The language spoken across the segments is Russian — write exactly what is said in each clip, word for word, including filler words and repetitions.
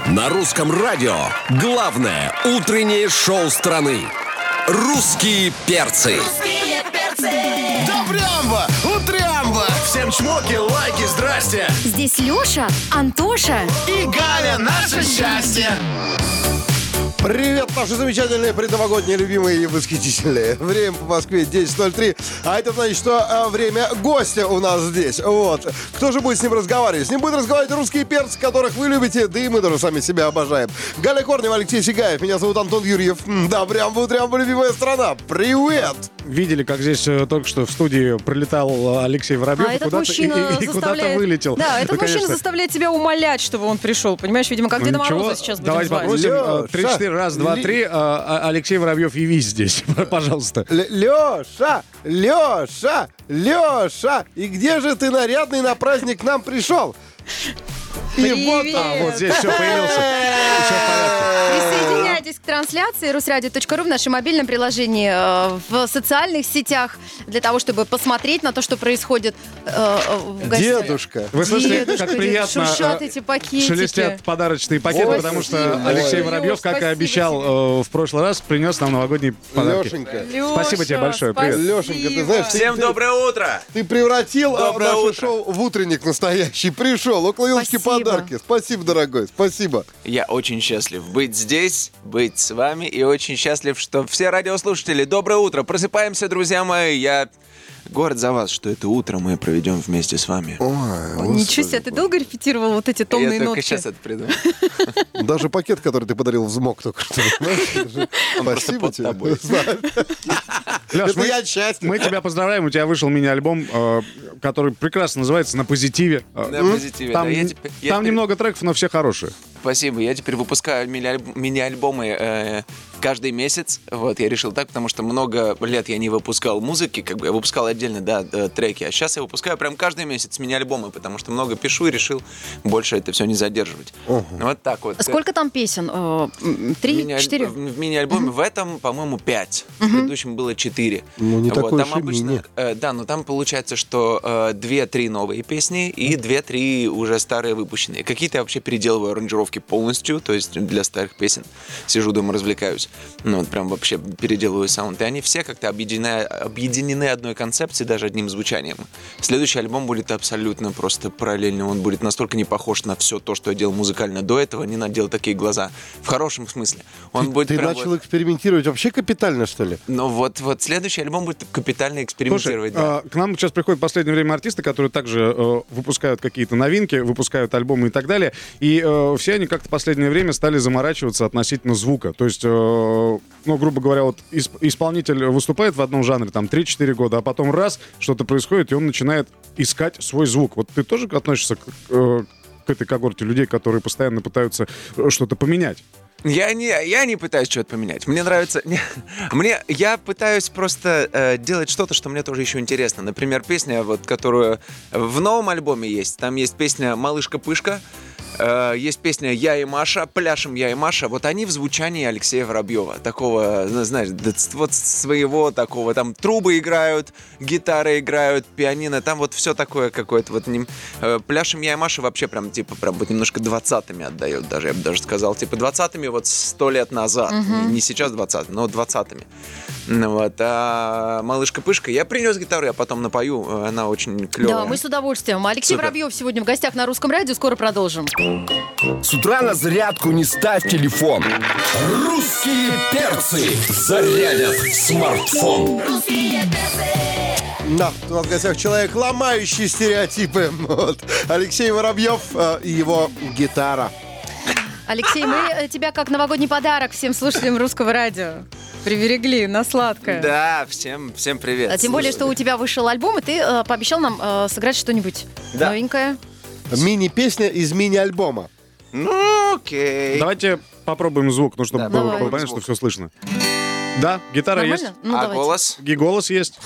На русском радио главное утреннее шоу страны. «Русские перцы». Русские перцы. Добрямба, утрямба. Всем чмоки, лайки, здрасте. Здесь Леша, Антоша И Галя, наше счастье. Привет, наши замечательные предновогодние, любимые и восхитительные. Время по Москве десять ноль три. А это значит, что а, время гостя у нас здесь. Вот. Кто же будет с ним разговаривать? С ним будут разговаривать русские перцы, которых вы любите, да и мы тоже сами себя обожаем. Галя Корнева, Алексей Сигаев. Меня зовут Антон Юрьев. Да, прям вот, прям любимая страна. Привет! Видели, как здесь э, только что в студии прилетал Алексей Воробьев А и этот куда-то, и, мужчина и- и куда-то заставляет... вылетел. Да, этот Ну, мужчина конечно. заставляет тебя умолять, чтобы он пришел. Понимаешь, видимо, как Ну, Деда ничего, Мороза сейчас будем давайте звать. попросим. Лёша, Три-четыре, раз, два, ли- три. э, а- Алексей Воробьев, явись здесь, пожалуйста. Л- Леша! Леша! Леша! И где же ты нарядный на праздник к нам пришел? И вот он. А, вот здесь все появился. Все в порядке. Присоединяйтесь к трансляции русрадио точка ру в нашем мобильном приложении, э, в социальных сетях, для того, чтобы посмотреть на то, что происходит э, в гостях. Дедушка. Вы слышите, Дедушка, как приятно шуршат э, эти пакетики. шелестят подарочные пакеты, Ой, потому что спасибо. Алексей Ой. Воробьев, как и Спасибо обещал э, в прошлый раз, принес нам новогодние подарки. Лешенька. Лёша, Спасибо тебе большое, привет. Лешенька, ты знаешь, ты- Всем ты- доброе утро! Ты превратил а, Доброе наше утро. шоу в утренник настоящий. Пришел, около елочки Спасибо. подарки. Спасибо, дорогой, спасибо. Я очень счастлив быть здесь, быть с вами, и очень счастлив, что все радиослушатели, доброе утро! Просыпаемся, друзья мои, я горд за вас, что это утро мы проведем вместе с вами. Ой, Ничего себе, ты долго репетировал вот эти томные я только нотки? сейчас это придумал. Даже пакет, который ты подарил, взмок только что. Знаешь, это же- Спасибо под тебе. тобой. Знаю. Лёш, Это мы, я счастлив. мы тебя поздравляем, у тебя вышел мини-альбом, э, который прекрасно называется «На позитиве». Э, На позитиве, Там, да. Я теперь- я там теперь- немного треков, но все хорошие. Спасибо. Я теперь выпускаю мини-альб- мини-альбомы э, каждый месяц. Вот, я решил так, потому что много лет я не выпускал музыки, как бы я выпускал отдельно, да, э, треки. А сейчас я выпускаю прям каждый месяц мини-альбомы, потому что много пишу и решил больше это все не задерживать. Вот так вот. Сколько там песен? Э, м, Три, Мини-аль- четыре? В мини-альбоме в этом, по-моему, пять. В предыдущем было четыре. Ну, не такой там уж и обычно, мини. э, да, но там получается, что э, две-три новые песни и две-три уже старые выпущенные. Какие-то я вообще переделываю аранжировки полностью, то есть для старых песен. Сижу дома, развлекаюсь. Ну, вот прям вообще переделываю саунд. И они все как-то объединены, объединены одной концепцией, даже одним звучанием. Следующий альбом будет абсолютно просто параллельный. Он будет настолько не похож на все то, что я делал музыкально до этого, не надел такие глаза. В хорошем смысле. Он Ты, будет ты прям начал вот- экспериментировать вообще капитально, что ли? Ну вот, вот следующий альбом будет капитально Слушай, экспериментировать. да. э, к нам сейчас приходят в последнее время артисты, которые также э, выпускают какие-то новинки, выпускают альбомы и так далее. И э, все они как-то в последнее время стали заморачиваться относительно звука. То есть, э, ну, грубо говоря, вот исп- исполнитель выступает в одном жанре там три-четыре года, а потом раз, что-то происходит, и он начинает искать свой звук. Вот ты тоже относишься к, э, к этой когорте людей, которые постоянно пытаются э, что-то поменять? Я не, я не пытаюсь что-то поменять. Мне нравится... не, мне, я пытаюсь просто э, делать что-то, что мне тоже еще интересно. Например, песня, вот, которую в новом альбоме есть. Там есть песня «Малышка-пышка». Э, есть песня «Я и Маша», «Пляшем я и Маша». Вот они в звучании Алексея Воробьева. Такого, ну, знаешь, д- вот своего такого. Там трубы играют, гитары играют, пианино. Там вот все такое какое-то. Вот ним, э, «Пляшем я и Маша» вообще прям, типа, прям вот немножко двадцатыми отдает даже. Я бы даже сказал, типа, двадцатыми вот сто лет назад. Не, не сейчас двадцатыми, но двадцатыми. Ну, вот. А «Малышка-пышка», я принес гитару, я потом напою. э, Она очень клевая. Да, мы с удовольствием. Алексей Супер. Воробьев сегодня в гостях на Русском радио. Скоро продолжим. С утра на зарядку не ставь телефон. Русские перцы зарядят смартфон. Русские перцы. Да, у нас в гостях человек, ломающий стереотипы. Вот. Алексей Воробьев э, и его гитара. Алексей, мы э, тебя как новогодний подарок всем слушателям Русского радио приберегли на сладкое. Да, всем, всем привет. А тем более, что у тебя вышел альбом, и ты э, пообещал нам э, сыграть что-нибудь Да. новенькое. Мини-песня из мини-альбома. Ну, окей. Давайте попробуем звук, ну, чтобы Да, было давай. понятно, что Звук. все слышно. Да, гитара Нормально? есть. Ну, а давайте. голос? И голос есть.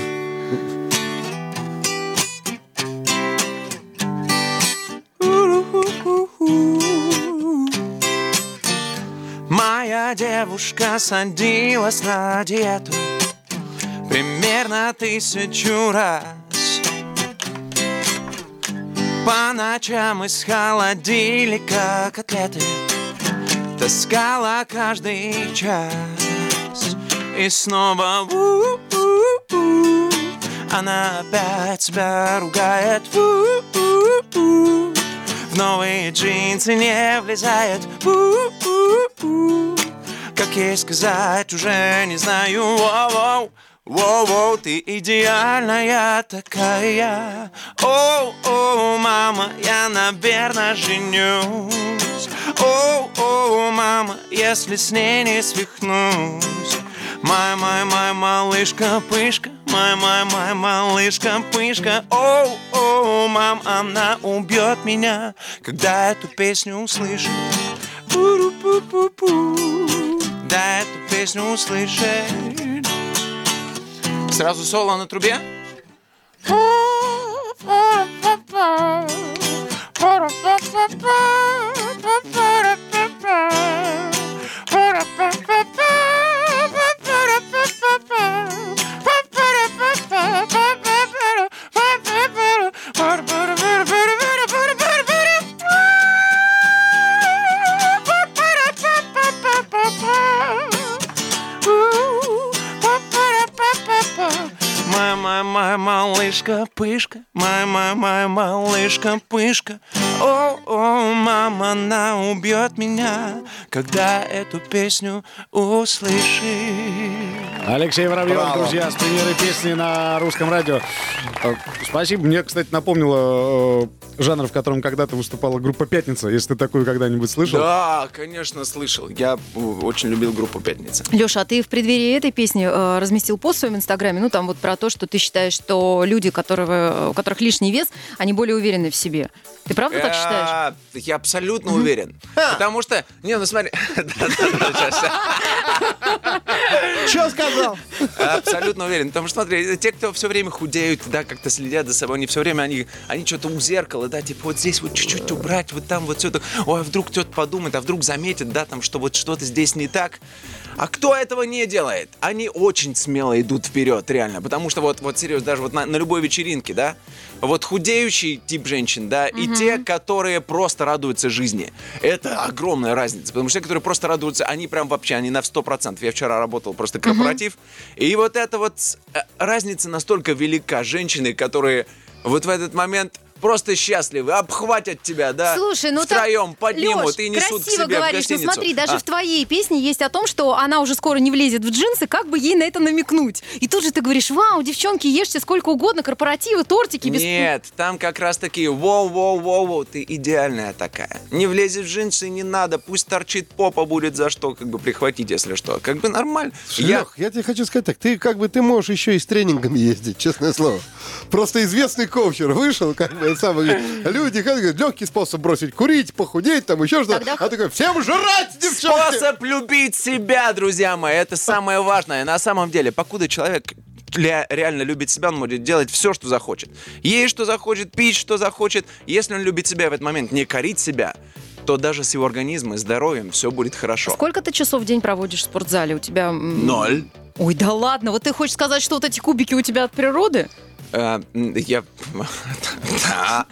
Моя девушка садилась на диету примерно тысячу раз. По ночам из холодильника котлеты таскала каждый час. И снова у-у-у, она опять себя ругает. У-у-у, в новые джинсы не влезает. У-у-у, как ей сказать, уже не знаю. Воу-воу, воу-воу, ты идеальная такая. Оу-оу, мама, я, наверное, женюсь. Оу-оу, мама, если с ней не свихнусь. Моя-моя-моя малышка-пышка, моя-моя-моя малышка-пышка. Оу-оу, мам, она убьет меня, когда эту песню услышит. Пу-ру-пу-пу-пу. Да, эту песню услышит. Сразу соло на трубе. Моя малышка-пышка, моя-моя-моя малышка-пышка. О-о, мама, она убьет меня, когда эту песню услышит. Алексей Воробьев, Браво. друзья, с премьерой песни на Русском радио. Э, Спасибо. Мне, кстати, напомнило э, жанр, в котором когда-то выступала группа «Пятница». Если ты такую когда-нибудь слышал. Да, конечно, слышал. Я э, очень любил группу «Пятница». Леша, а ты в преддверии этой песни э, разместил пост в своем инстаграме, ну там вот про то, что ты считаешь, что люди, которые, у которых лишний вес, они более уверены в себе. Ты правда так считаешь? А, Я абсолютно уверен. Потому что... Не, ну смотри. Что сказал? Абсолютно уверен. Потому что, смотри, те, кто все время худеют, да, как-то следят за собой, они все время, они, они что-то у зеркала, да, типа вот здесь вот чуть-чуть убрать, вот там вот все так. Ой, а вдруг кто-то подумает, а вдруг заметит, да, там, что вот что-то здесь не так. А кто этого не делает? Они очень смело идут вперед, реально. Потому что вот, вот серьезно, даже вот на, на любой вечеринке, да, вот худеющий тип женщин, да, и те, которые просто радуются жизни. Это огромная разница. Потому что те, которые просто радуются, они прям вообще, они на сто процентов. Я вчера работал просто корпоратив. И вот эта вот э, разница настолько велика. Женщины, которые вот в этот момент... просто счастливы, обхватят тебя, да, Слушай, ну втроем так, поднимут Лёш, и несут к красиво себе говоришь, в гостиницу. Ну смотри, даже А. в твоей песне есть о том, что она уже скоро не влезет в джинсы, как бы ей на это намекнуть. И тут же ты говоришь, вау, девчонки, ешьте сколько угодно, корпоративы, тортики. Без... Нет, там как раз такие, воу-воу-воу-воу, ты идеальная такая. Не влезет в джинсы, не надо, пусть торчит попа, будет за что, как бы прихватить, если что. Как бы нормально. Я... Лех, я тебе хочу сказать так, ты как бы ты можешь еще и с тренингами ездить, честное слово. Просто известный коучер вышел, как бы, сам говорит, люди говорят, легкий способ бросить курить, похудеть, там еще что-то. Тогда- А такой, всем жрать, девчонки! Способ любить себя, друзья мои, это самое важное. На самом деле, покуда человек ля- реально любит себя, он может делать все, что захочет. Есть, что захочет, пить, что захочет. Если он любит себя в этот момент, не корить себя, то даже с его организмом и здоровьем все будет хорошо. Сколько ты часов в день проводишь в спортзале? У тебя... м, Ноль. Ой, да ладно, вот ты хочешь сказать, что вот эти кубики у тебя от природы? Э, Я... Да.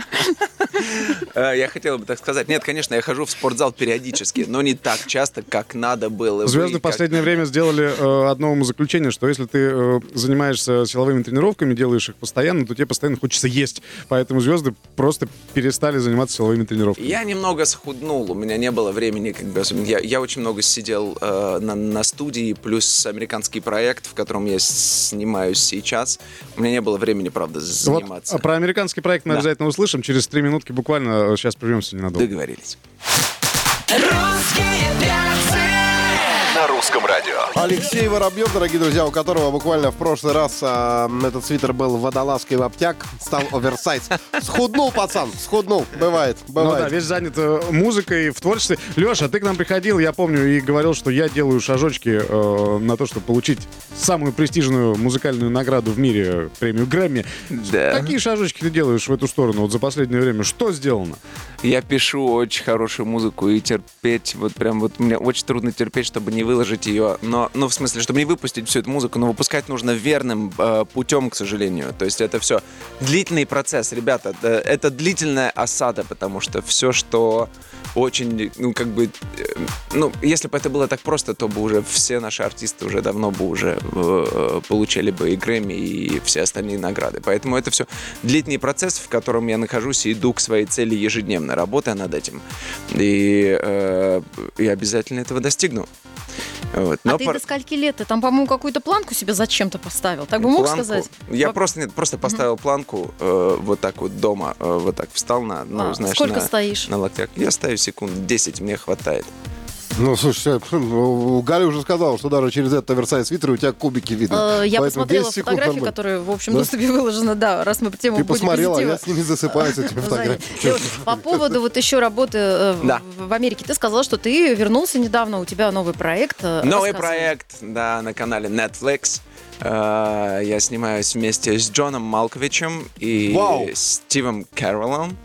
Э, Я хотел бы так сказать. Нет, конечно, я хожу в спортзал периодически, но не так часто, как надо было. Звезды Вы в последнее время сделали э, одно умозаключение, что если ты э, занимаешься силовыми тренировками, делаешь их постоянно, то тебе постоянно хочется есть. Поэтому звезды просто перестали заниматься силовыми тренировками. Я немного схуднул, у меня не было времени, как бы, особенно- я, я очень много сидел э, на, на студии, плюс американский проект, в котором я снимаюсь сейчас. У меня не было времени, правда, Вот заниматься. а про американский проект мы Да. обязательно услышим. Через три минутки буквально сейчас прервемся ненадолго. Договорились. На русском радио. Алексей Воробьев, дорогие друзья, у которого буквально в прошлый раз а, этот свитер был водолазкой в обтяг, стал оверсайз. Схуднул, пацан, схуднул. Бывает, Ну да, бывает. весь занят э, музыкой, в творчестве. Леша, ты к нам приходил, я помню, и говорил, что я делаю шажочки э, на то, чтобы получить самую престижную музыкальную награду в мире, премию Грэмми. Да. Какие шажочки ты делаешь в эту сторону вот за последнее время? Что сделано? Я пишу очень хорошую музыку и терпеть, вот прям вот мне очень трудно терпеть, чтобы не выложить выложить ее, но, ну, в смысле, чтобы не выпустить всю эту музыку, но выпускать нужно верным э, путем, к сожалению. То есть это все длительный процесс, ребята. Это, это длительная осада, потому что все, что очень, ну, как бы, э, ну, если бы это было так просто, то бы уже все наши артисты уже давно бы уже э, получали бы и Грэмми, и все остальные награды. Поэтому это все длительный процесс, в котором я нахожусь и иду к своей цели ежедневно, работая над этим. И э, я обязательно этого достигну. Вот. А Но ты пор... до скольки лет? Ты там, по-моему, какую-то планку себе зачем-то поставил. Так бы мог планку. сказать? Я Во- просто, нет, просто поставил планку э, вот так вот дома, э, вот так встал на, ну, А, знаешь, сколько на, стоишь? на локтях. Я стою секунд десять, мне хватает. Ну, слушай, Галя уже сказала, что даже через этот оверсайз свитер у тебя кубики видно. Э, Я Поэтому посмотрела десять секунд фотографии, нормально. которые в общем Да? доступе выложены, да, раз мы по тему Ты будем посмотрела, а позитива. я с ними засыпаю, с этими фотографиями. И вот по поводу вот еще работы э, в- Да. в Америке. Ты сказала, что ты вернулся недавно, у тебя новый проект. э, Новый рассказывай. проект, да, на канале Netflix. Э, Я снимаюсь вместе с Джоном Малковичем и Вау. Стивом Кэрроллом.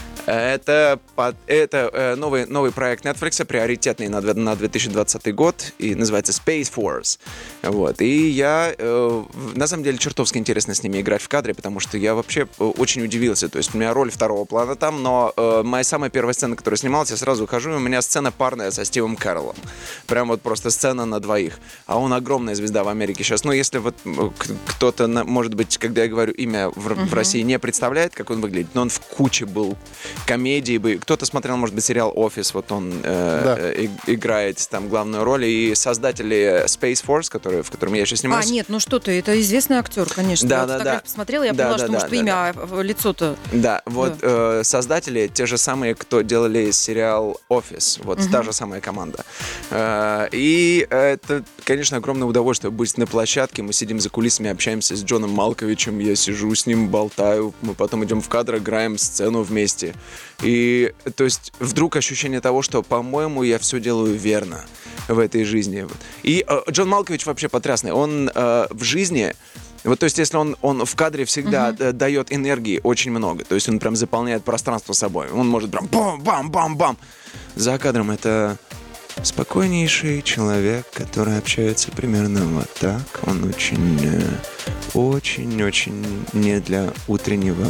Это, под- это э, новый, новый проект Netflix, приоритетный на, две- на две тысячи двадцатый год, и называется Space Force. Вот. И я, э, в- на самом деле, чертовски интересно с ними играть в кадре, потому что я вообще э, очень удивился. То есть у меня роль второго плана там, но э, моя самая первая сцена, которую снималась, я сразу ухожу, и у меня сцена парная со Стивом Кэрроллом. Прям вот просто сцена на двоих. А он огромная звезда в Америке сейчас. Ну, если вот э, к- кто-то, на- может быть, когда я говорю имя в, в России, не представляет, как он выглядит, но он в куче был комедии бы. Кто-то смотрел, может быть, сериал «Офис», вот он э, Да. э, и- играет там главную роль. И создатели Space Force, который, в котором я сейчас А, снимаюсь. нет, ну что ты, это известный актер, конечно. Да, я да, фотографию да. посмотрела, я Да, поняла, да, что, да, может, да, имя, а лицо-то... Да, вот э, создатели те же самые, кто делали сериал «Офис». Вот та же самая команда. Э, и это, конечно, огромное удовольствие быть на площадке. Мы сидим за кулисами, общаемся с Джоном Малковичем. Я сижу с ним, болтаю. Мы потом идем в кадр, играем сцену вместе. И, то есть, вдруг ощущение того, что, по-моему, я все делаю верно в этой жизни. И э, Джон Малкович вообще потрясный. Он э, в жизни... Вот, то есть, если он, он в кадре всегда uh-huh. дает энергии очень много, то есть он прям заполняет пространство собой. Он может прям бам-бам-бам-бам. За кадром это спокойнейший человек, который общается примерно вот так. Он очень, очень-очень не для утреннего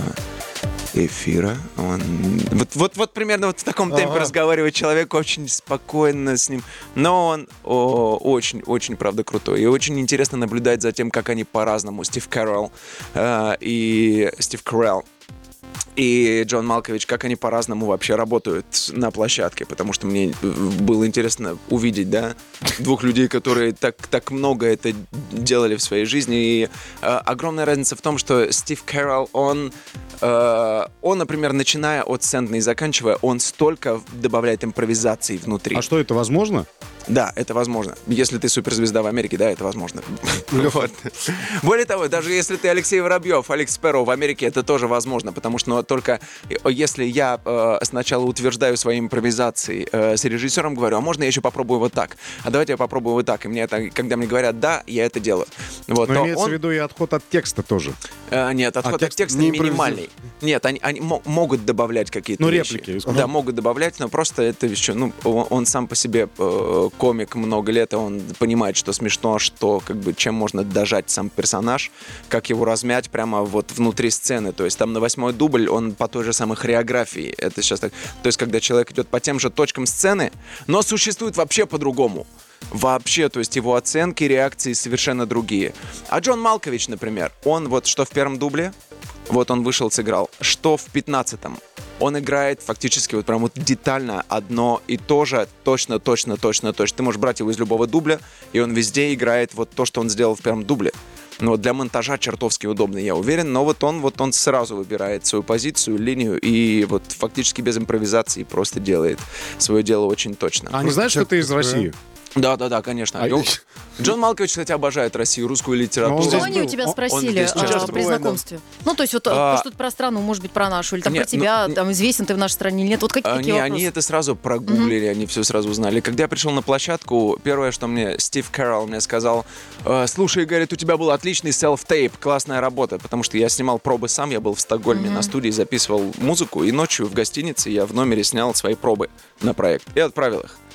эфира. Он вот, вот, вот примерно вот в таком темпе Ага. разговаривает человек, очень спокойно с ним. Но он очень-очень, правда, крутой. И очень интересно наблюдать за тем, как они по-разному. Стив Кэрролл э, и Стив Кэрролл и Джон Малкович, как они по-разному вообще работают на площадке, потому что мне было интересно увидеть, да, двух людей, которые так, так много это делали в своей жизни. И э, огромная разница в том, что Стив Кэрролл, он, э, он, например, начиная от сцены и заканчивая, он столько добавляет импровизации внутри. А что, это возможно? Да, это возможно. Если ты суперзвезда в Америке, да, это возможно. Вот. Более того, даже если ты Алексей Воробьев, Алекс Спэроу в Америке, это тоже возможно, потому что ну, только если я э, сначала утверждаю свои импровизации э, с режиссером, говорю, а можно я еще попробую вот так? А давайте я попробую вот так. И мне это, когда мне говорят «да», я это делаю. Вот, Но то имеется он- в виду и отход от текста тоже. Э, нет, отход от текст текста не минимальный. Нет, они, они мо- могут добавлять какие-то Ну, вещи. реплики. Да, могут добавлять, но просто это еще, ну, он, он сам по себе э, комик много лет, и он понимает, что смешно, что, как бы, чем можно дожать сам персонаж, как его размять прямо вот внутри сцены. То есть там на восьмой дубль он по той же самой хореографии. Это сейчас так. То есть когда человек идет по тем же точкам сцены, но существует вообще по-другому. Вообще, то есть его оценки, реакции совершенно другие. А Джон Малкович, например, он вот что в первом дубле, вот он вышел, сыграл, что в пятнадцатом. Он играет фактически вот прям вот детально одно и то же, точно, точно, точно, точно. Ты можешь брать его из любого дубля, и он везде играет вот то, что он сделал в первом дубле. Ну, вот для монтажа чертовски удобно, я уверен, но вот он, вот он сразу выбирает свою позицию, линию, и вот фактически без импровизации просто делает свое дело очень точно. А они знают, что ты из России? Да, да, да, конечно. А- И он- Джон Малкович, кстати, обожает Россию, русскую Ну, литературу. он Что здесь они у был. тебя Он- спросили он здесь а, часто при бывает, да. знакомстве? Ну, то есть вот А, а, что-то про страну, может быть, про нашу, или там нет, про тебя, ну, там известен ты в нашей стране или нет? Вот какие Они, такие они вопросы? это сразу прогуглили, они все сразу узнали. Когда я пришел на площадку, первое, что мне Стив Кэрролл мне сказал, «Э, слушай, говорит, у тебя был отличный селф-тейп, классная работа, потому что я снимал пробы сам, я был в Стокгольме на студии, записывал музыку, и ночью в гостинице я в номере снял свои пробы на проект и отправил их.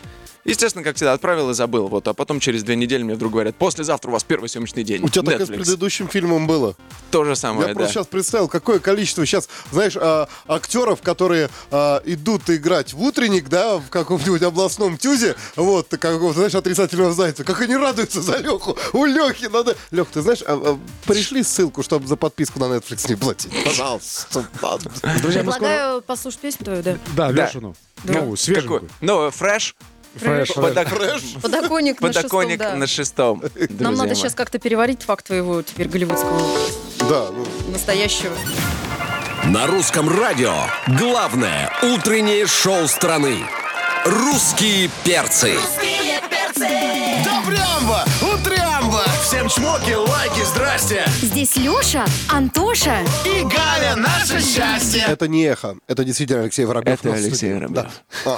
Естественно, как всегда, отправил и забыл. Вот, а потом через две недели мне вдруг говорят, послезавтра у вас первый съемочный день. У тебя так и с Netflix. предыдущим фильмом было. То же самое, Я да. просто сейчас представил, какое количество сейчас, знаешь, а, актеров, которые а, идут играть в утренник, да, в каком-нибудь областном тюзе, вот, какого-то, знаешь, отрицательного зайца. Как они радуются за Леху. У Лехи надо... Лех, ты знаешь, а, а, пришли ссылку, чтобы за подписку на Netflix не платить. Пожалуйста. Друзья, мы скоро... Предлагаю послушать песню твою, да. Да, Да. Лешину. Новую, свеженькую. Какой? Ну, фреш. Фреш, фреш. Подок- Подоконник на шестом, Подоконник да. на шестом. Нам друзья надо мои. сейчас как-то переварить факт твоего теперь голливудского Да, ну, настоящего. На русском радио главное утреннее шоу страны. «Русские перцы». Добрямба! Утрямба! Всем чмоки, лайки, здрасте! Здесь Леша, Антоша. И Галя, наше счастье! это не эхо. Это действительно Алексей Воробьев. Это у нас в Алексей студии. Воробьев.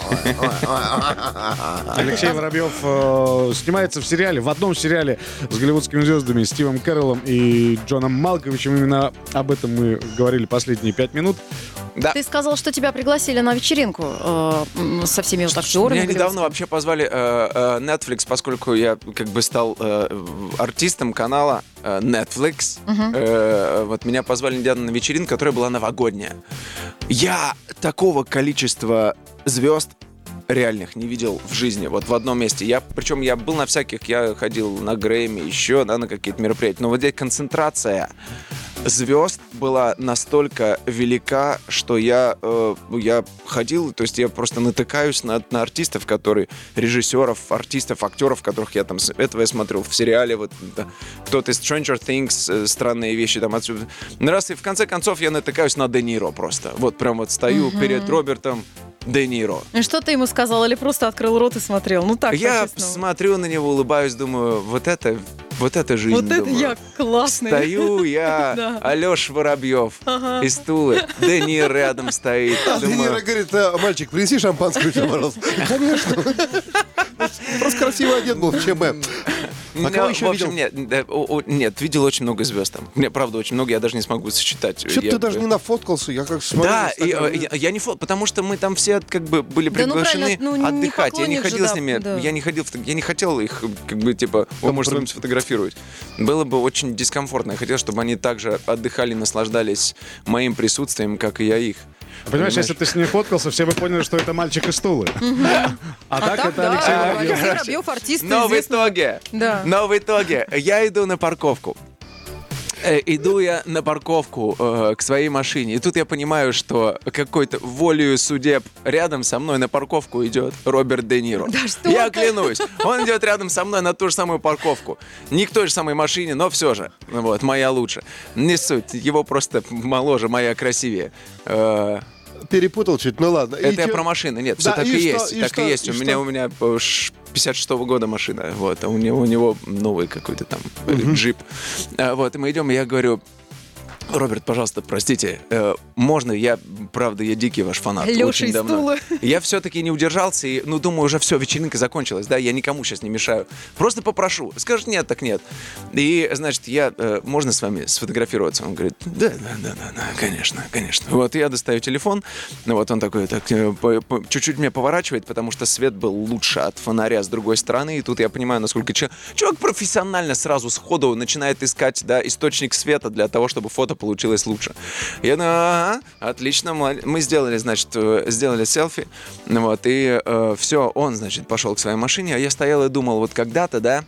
Алексей Воробьев э, снимается в сериале, в одном сериале с голливудскими звездами Стивом Кэрроллом и Джоном Малковичем. Именно об этом мы говорили последние пять минут. Да. Ты сказал, что тебя пригласили на вечеринку э, м, со всеми вот актерами. Меня недавно голливудскими. вообще позвали э, э, Netflix, поскольку я как бы стал э, артистом канала э, Netflix. Э, вот меня позвали недавно на вечеринку, которая была новогодняя. Я такого количества звезд реальных не видел в жизни, вот в одном месте. Я, причем я был на всяких, я ходил на Грэмми, еще, да, на какие-то мероприятия. Но вот здесь концентрация звезд была настолько велика, что я, э, я ходил, то есть я просто натыкаюсь на, на артистов, которые, режиссеров, артистов, актеров, которых я там, с этого я смотрел в сериале, вот, да, кто-то из Stranger Things, э, странные вещи там отсюда. Раз и в конце концов я натыкаюсь на Де Ниро просто. Вот прям вот стою перед Робертом Де Ниро. И что ты ему сказал? Или просто открыл рот и смотрел? Ну так, Я по-честному. смотрю на него, улыбаюсь, думаю, вот это, вот это жизнь. Вот это думаю. я классный. Стою я, Да. Алеша Воробьев из Тулы, Де Ниро рядом стоит. А Де Ниро Думаю, говорит, «А, мальчик, принеси шампанское у тебя, пожалуйста. Конечно. Просто красиво одет был в ЧБ. А ну, кого еще в общем, видел? нет, да, о- о- нет, видел очень много звезд там. Мне, правда, очень много, я даже не смогу сосчитать. Что Я- ты даже не нафоткался? Я как смотрю. Да, в и, Инстаграме. э, я, я не фото, потому что мы там все как бы были Да, ну, приглашены правильно, ну, не отдыхать. Я не поклонник же, ходил с да, ними, да. я не ходил, в- я не хотел их как бы типа, вы можете с вами сфотографировать. Было бы очень дискомфортно. Я хотел, чтобы они также отдыхали, наслаждались моим присутствием, как и я их. Понимаешь, если ты с ней фоткался, все бы поняли, что это мальчик из Тулы. А А так так, это да, Алексей Воробьев. Алексей Воробьев, артист Но в известный. итоге, Да. но в итоге я иду на парковку. Э, Иду я на парковку э, к своей машине, и тут я понимаю, что какой-то волею судеб рядом со мной на парковку идет Роберт Де Ниро. Да что Я ты? клянусь, он идет рядом со мной на ту же самую парковку. Не к той же самой машине, но все же, вот, моя лучше. Не суть, его просто моложе, моя красивее. Э, Перепутал чуть, ну ладно. И Это я чё? про машины. Нет, все Да, так и и, что, есть. и так что, и есть. и У меня, что? у меня э, ш- пятьдесят шестого года машина. Вот, а у него, у него новый какой-то там э, джип. А, вот, и мы идем, и я говорю: Роберт, пожалуйста, простите, э, можно, я, правда, я дикий ваш фанат. Лёша очень из давно. Тулы. Я все-таки не удержался, и, ну, думаю, уже все, вечеринка закончилась, да, я никому сейчас не мешаю. Просто попрошу. Скажет нет, так нет. И, значит, я, э, можно с вами сфотографироваться? Он говорит, да, да, да, да, да, конечно, конечно. Вот, я достаю телефон, ну, вот он такой, так, э, по- по- чуть-чуть меня поворачивает, потому что свет был лучше от фонаря с другой стороны, и тут я понимаю, насколько че- человек профессионально сразу сходу начинает искать, да, источник света для того, чтобы фото получилось лучше. Я думаю, ага, отлично, молодец. Мы сделали, значит, э, сделали селфи, ну вот, и все, он, значит, пошел к своей машине, а я стоял и думал, вот когда-то, да,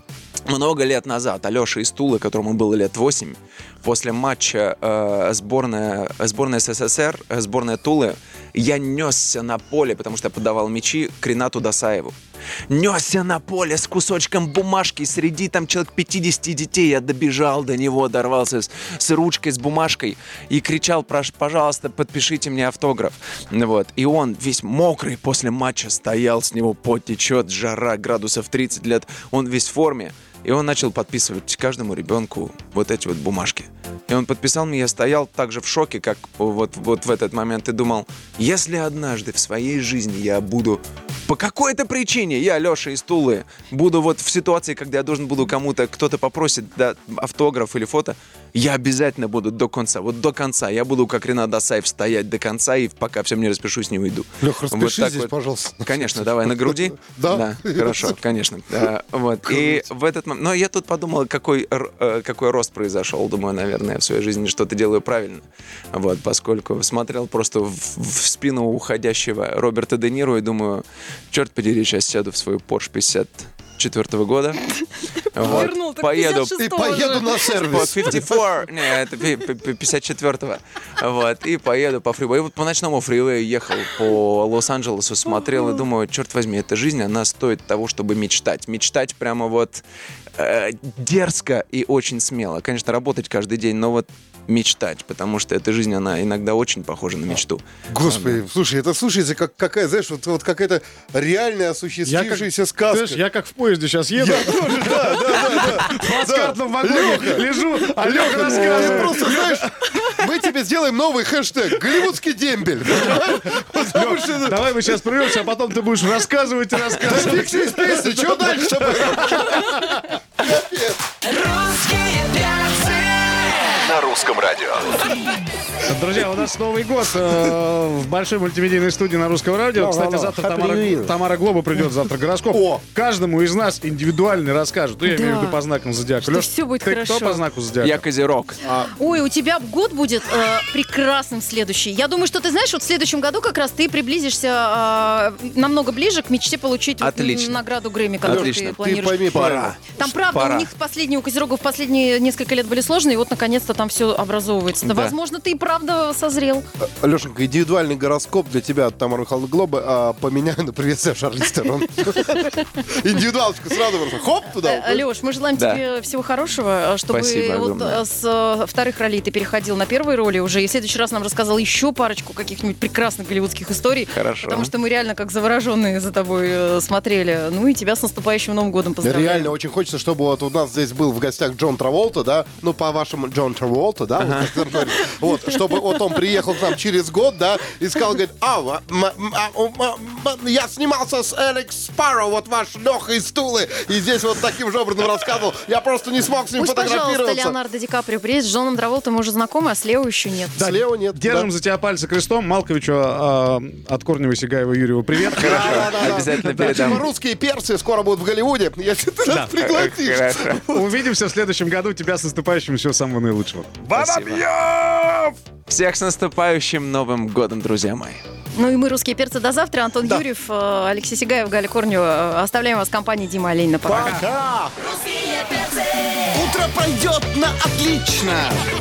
много лет назад Алеша из Тулы, которому было лет восемь, после матча э, сборная, сборная СССР, э, сборная Тулы, я несся на поле, потому что я подавал мячи к Ринату Досаеву. Несся на поле с кусочком бумажки среди там человек пятидесяти детей. Я добежал до него, дорвался с, с ручкой, с бумажкой и кричал: «Прош- пожалуйста, подпишите мне автограф». Вот. И он весь мокрый после матча стоял, с него пот течет, жара, градусов тридцать лет. Он весь в форме. И он начал подписывать каждому ребенку вот эти вот бумажки. И он подписал мне, я стоял так же в шоке, как вот, вот в этот момент, и думал, если однажды в своей жизни я буду по какой-то причине, я, Леша из Тулы, буду вот в ситуации, когда я должен буду кому-то, кто-то попросит, да, автограф или фото, я обязательно буду до конца, вот до конца. Я буду, как Ренат Досаев, стоять до конца, и пока всем не распишусь, не уйду. Лех, распиши так здесь, вот. пожалуйста. Конечно, давай, на груди? Да. Хорошо, конечно. Да, вот. И в этот момент... Но я тут подумал, какой, р- э, какой рост произошел. Думаю, наверное, в своей жизни что-то делаю правильно. Вот, поскольку смотрел просто в, в спину уходящего Роберта Де Ниро и думаю, черт подери, сейчас сяду в свою Porsche пятьдесят четвёртого года. Вот. Вернул, так Поеду. пятьдесят И шестого поеду же. на Вот, сервис. пятьдесят четыре, не, это пи- пи- пи- пятьдесят четвёртого. Вот, и поеду по фривею. И вот по ночному фривею ехал по Лос-Анджелесу, смотрел и думаю, черт возьми, эта жизнь, она стоит того, чтобы мечтать. Мечтать прямо вот э, дерзко и очень смело. Конечно, работать каждый день, но вот мечтать, потому что эта жизнь, она иногда очень похожа на мечту. Господи, слушай, это слушается как какая, знаешь, вот, вот какая-то реальная осуществившаяся сказка. Знаешь, я как в поезде сейчас еду. Я тоже, да, да, да, да. В плацкартном вагоне лежу, а Леха Ты рассказывает. просто, знаешь, мы тебе сделаем новый хэштег «Голливудский дембель». Понимаешь? Потому что это- Давай мы сейчас прервемся, а потом ты будешь рассказывать и Да рассказывать. фиг с песни, что дальше? На русском радио. Друзья, у нас Новый год э, в большой мультимедийной студии на Русском радио. Кстати, завтра Тамара, Тамара Глоба придет, завтра гороскоп. О! Каждому из нас индивидуально расскажет. Ну, я имею в виду по знакам зодиака. Что Лёш, всё будет ты хорошо. кто по знаку зодиака? Я Козерог. Ой, у тебя год будет э, прекрасным следующий. Я думаю, что ты знаешь, вот в следующем году как раз ты приблизишься э, намного ближе к мечте получить вот, Отлично. м, награду Грэмми, которую Отлично. ты Ты планируешь. пойми правильно. Пора. Там, правда, Пора. у них последние, у Козерогов последние несколько лет были сложные, и вот, наконец-то, там все образовывается. Да. Да. Возможно, ты и правда созрел. Лешенька, индивидуальный гороскоп для тебя от Тамары Михайловны Глобы а, поменяю на приветствие Шарлиз Терон. Индивидуалочку сразу просто хоп туда. Леш, мы желаем Да. тебе всего хорошего, чтобы Спасибо вот огромное. э, с э, вторых ролей ты переходил на первые роли уже, и в следующий раз нам рассказал еще парочку каких-нибудь прекрасных голливудских историй. Хорошо. Потому что мы реально как завороженные за тобой э, смотрели. Ну и тебя с наступающим Новым годом поздравляем. Реально очень хочется, чтобы вот у нас здесь был в гостях Джон Траволта, да, ну, по-вашему, Джон Траволта, да, вот, как там говорят. Вот, чтобы вот он приехал к нам через год, да, и сказал, говорит, а, м- м- а, м- м- я снимался с Алекс Спарроу, вот ваш Леха из Тулы, и здесь вот таким же образом рассказывал, я просто не смог с ним Пусть, пожалуйста, фотографироваться. Леонардо Ди Каприо приедет. С Джоном Траволтой мы уже знакомы, а с Лео еще нет. Слева нет. Держим да. за тебя пальцы крестом. Малковичу а, от Корнева, Сигаева, Юрьева привет. Хорошо, обязательно передам. Типа русские перцы скоро будут в Голливуде, если ты нас пригласишь. Хорошо. Увидимся в следующем году. Тебя с наступающим. Всего самого наилучшего. Спасибо. Всех с наступающим Новым годом, друзья мои. Ну и мы, русские перцы, до завтра. Антон Юрьев, э, Алексей Сигаев, Галя Корнева. Э, Оставляем вас в компании Дима Оленина. Пока. Пока! Утро пройдет на отлично,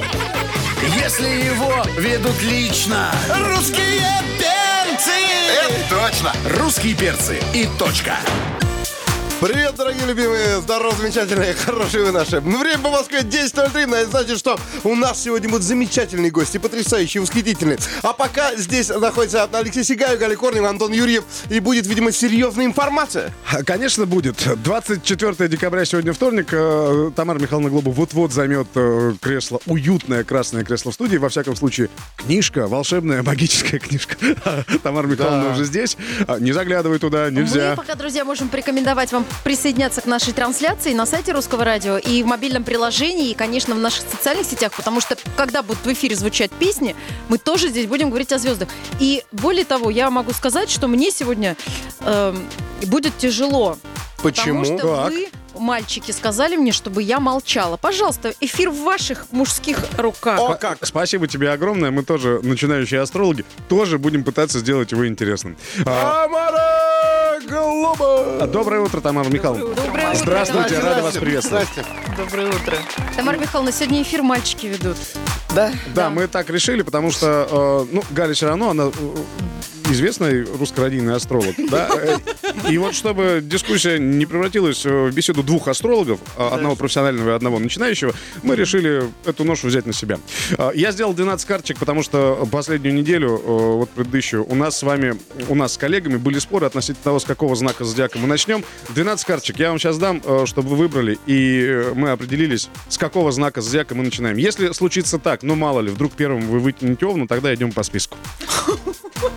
если его ведут лично. Русские перцы! Это точно! Русские перцы и точка. Привет, дорогие любимые, здорово, замечательные, хорошие вы наши. Ну, время по Москве десять ноль три, но это значит, что у нас сегодня будут замечательные гости, потрясающие, восхитительные. А пока здесь находится Алексей Сигаев, Галя Корнева, Антон Юрьев, и будет, видимо, серьезная информация. Конечно, будет. двадцать четвёртого декабря, сегодня вторник. э, Тамара Михайловна Глоба вот-вот займет э, кресло, уютное красное кресло в студии. Во всяком случае, книжка, волшебная, магическая книжка. Тамара Михайловна Да. уже здесь. А, Не заглядывай туда, Мы нельзя. пока, друзья, можем порекомендовать вам присоединяться к нашей трансляции на сайте Русского радио и в мобильном приложении, и, конечно, в наших социальных сетях, потому что, когда будут в эфире звучать песни, мы тоже здесь будем говорить о звездах. И более того, я могу сказать, что мне сегодня эм, будет тяжело. Почему? Потому что Так. вы, мальчики, сказали мне, чтобы я молчала. Пожалуйста, эфир в ваших мужских руках. О, как! Спасибо тебе огромное. Мы тоже, начинающие астрологи, тоже будем пытаться сделать его интересным. А, Тамара Глоба! Доброе утро, Тамара Михайловна. Доброе утро, Здравствуйте, Тамара. рада вас приветствовать. Здрасте. Тамара Михайловна, сегодня эфир мальчики ведут. Да, мы так решили, потому что, э, ну, Галя все равно, она э, известный русско-родийный астролог, да, э, и вот чтобы дискуссия не превратилась в беседу двух астрологов, э, одного профессионального и одного начинающего, мы решили эту ношу взять на себя. Э, Я сделал двенадцать карточек, потому что последнюю неделю, э, вот предыдущую, у нас с вами, у нас с коллегами были споры относительно того, с какого знака зодиака мы начнем. двенадцать карточек я вам сейчас дам, э, чтобы вы выбрали, и э, мы определились, с какого знака зодиака мы начинаем. Если случится так, ну мало ли, вдруг первым вы вытянете Овну, тогда идем по списку.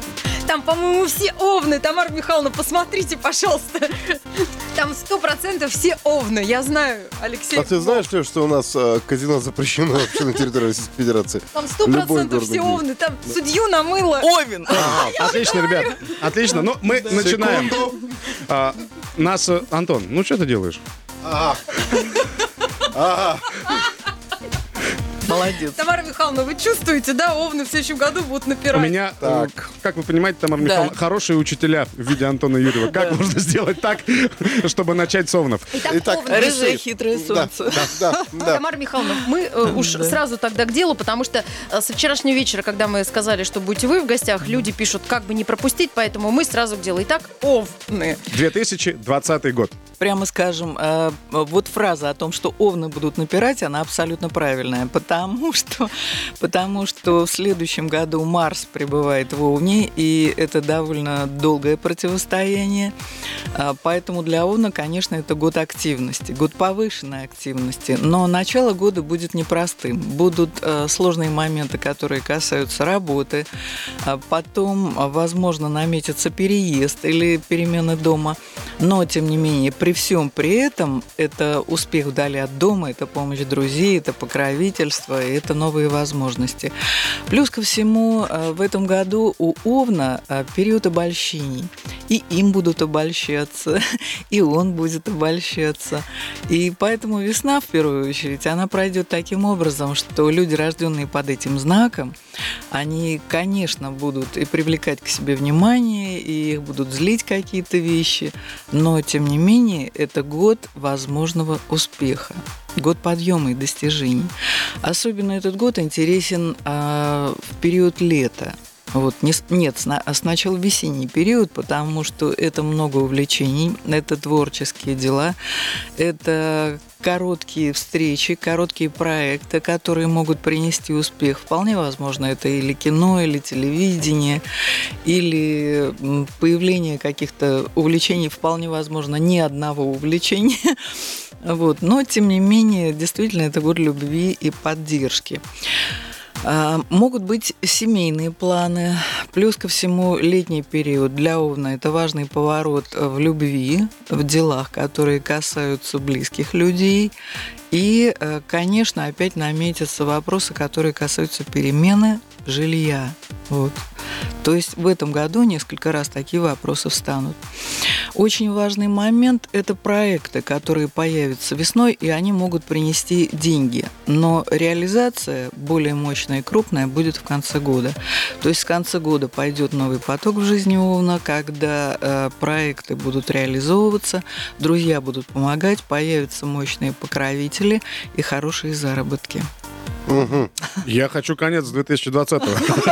Там, по-моему, все овны. Тамара Михайловна, посмотрите, пожалуйста. Там сто процентов все овны. Я знаю, Алексей. А ты знаешь, Лёш, что у нас э, казино запрещено вообще на территории Российской Федерации? Там сто процентов все овны. Там судью намыло. Овен! Отлично, ребят. Отлично. Ну, мы начинаем. А, Нас, э, Антон, ну что ты делаешь? Молодец. Тамара Михайловна, вы чувствуете, да, овны в следующем году будут У напирать? меня, э, Так. как вы понимаете, Тамара Михайловна, хорошие учителя в виде Антона Юрьева. Как можно сделать так, чтобы начать с овнов? Итак, Итак, овны. Рыжее хитрое солнце. Да, да. Тамара Михайловна, мы э, уж сразу тогда к делу, потому что э, со вчерашнего вечера, когда мы сказали, что будете вы в гостях, люди пишут, как бы не пропустить, поэтому мы сразу к делу. Итак, овны. две тысячи двадцатый год. Прямо скажем, э, вот фраза о том, что овны будут напирать, она абсолютно правильная, потому что, потому что в следующем году Марс прибывает в Овне, и это довольно долгое противостояние, Э, поэтому для Овна, конечно, это год активности, год повышенной активности, но начало года будет непростым. Будут э, сложные моменты, которые касаются работы, а потом, э, возможно, наметится переезд или перемены дома, но, тем не менее, при всем при этом это успех вдали от дома, это помощь друзей, это покровительство, и это новые возможности. Плюс ко всему, э, в этом году у Овна э, период обольщений. И им будут обольщаться, и он будет обольщаться. И поэтому весна, в первую очередь, она пройдет таким образом, что люди, рожденные под этим знаком, они, конечно, будут и привлекать к себе внимание, и их будут злить какие-то вещи, но, тем не менее, это год возможного успеха, год подъема и достижений. Особенно этот год интересен а, в период лета. Вот, не, нет, сна, сначала весенний период, потому что это много увлечений, это творческие дела, это короткие встречи, короткие проекты, которые могут принести успех. Вполне возможно, это или кино, или телевидение, или появление каких-то увлечений, вполне возможно, ни одного увлечения. Вот. Но, тем не менее, действительно, это год любви и поддержки. Могут быть семейные планы, плюс ко всему летний период для Овна – это важный поворот в любви, в делах, которые касаются близких людей. И, конечно, опять наметятся вопросы, которые касаются перемены жилья. Вот. То есть в этом году несколько раз такие вопросы встанут. Очень важный момент – это проекты, которые появятся весной, и они могут принести деньги. Но реализация более мощная и крупная будет в конце года. То есть в конце года пойдет новый поток в жизни Овна, когда э, проекты будут реализовываться, друзья будут помогать, появятся мощные покровители и хорошие заработки. Угу. Я хочу конец две тысячи двадцатого.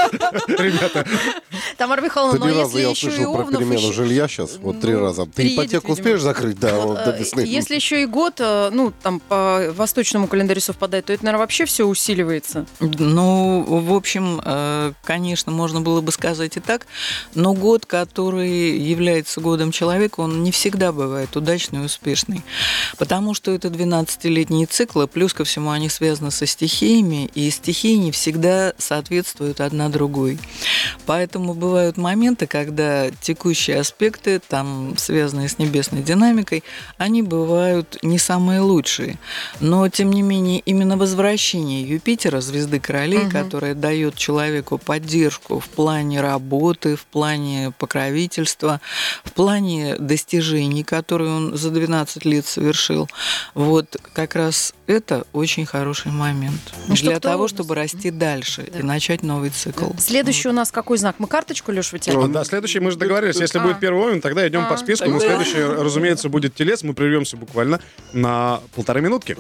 Ребята. Тамара Михайловна, Три но раза если я еще и услышал про овнов... перемену еще- жилья сейчас, вот три Ну, раза. Ты приедет, ипотеку видимо. успеешь закрыть, да, вот до Э, весны? Если еще и год, э, ну, там, по восточному календарю совпадает, то это, наверное, вообще все усиливается. Ну, в общем, э, конечно, можно было бы сказать и так, но год, который является годом человека, он не всегда бывает удачный и успешный, потому что это двенадцатилетние циклы, плюс ко всему они связаны со стихиями, и стихии не всегда соответствуют одна другой. Поэтому бывают моменты, когда текущие аспекты, там, связанные с небесной динамикой, они бывают не самые лучшие. Но, тем не менее, именно возвращение Юпитера, звезды королей, Мгм. которая дает человеку поддержку в плане работы, в плане покровительства, в плане достижений, которые он за двенадцать лет совершил, вот как раз это очень хороший момент Ну, что для кто того, у нас? чтобы расти дальше Да. и начать новый цикл. Следующий у нас какой знак? Мы карточку, Леш, вытягиваем? Да, следующий, мы же договорились, если А. будет первый овен, тогда идем А. по списку. Но следующий, разумеется, будет телец. Мы прервемся буквально на полторы минутки.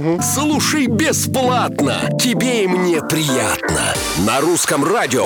Слушай бесплатно. Тебе и мне приятно. На русском радио.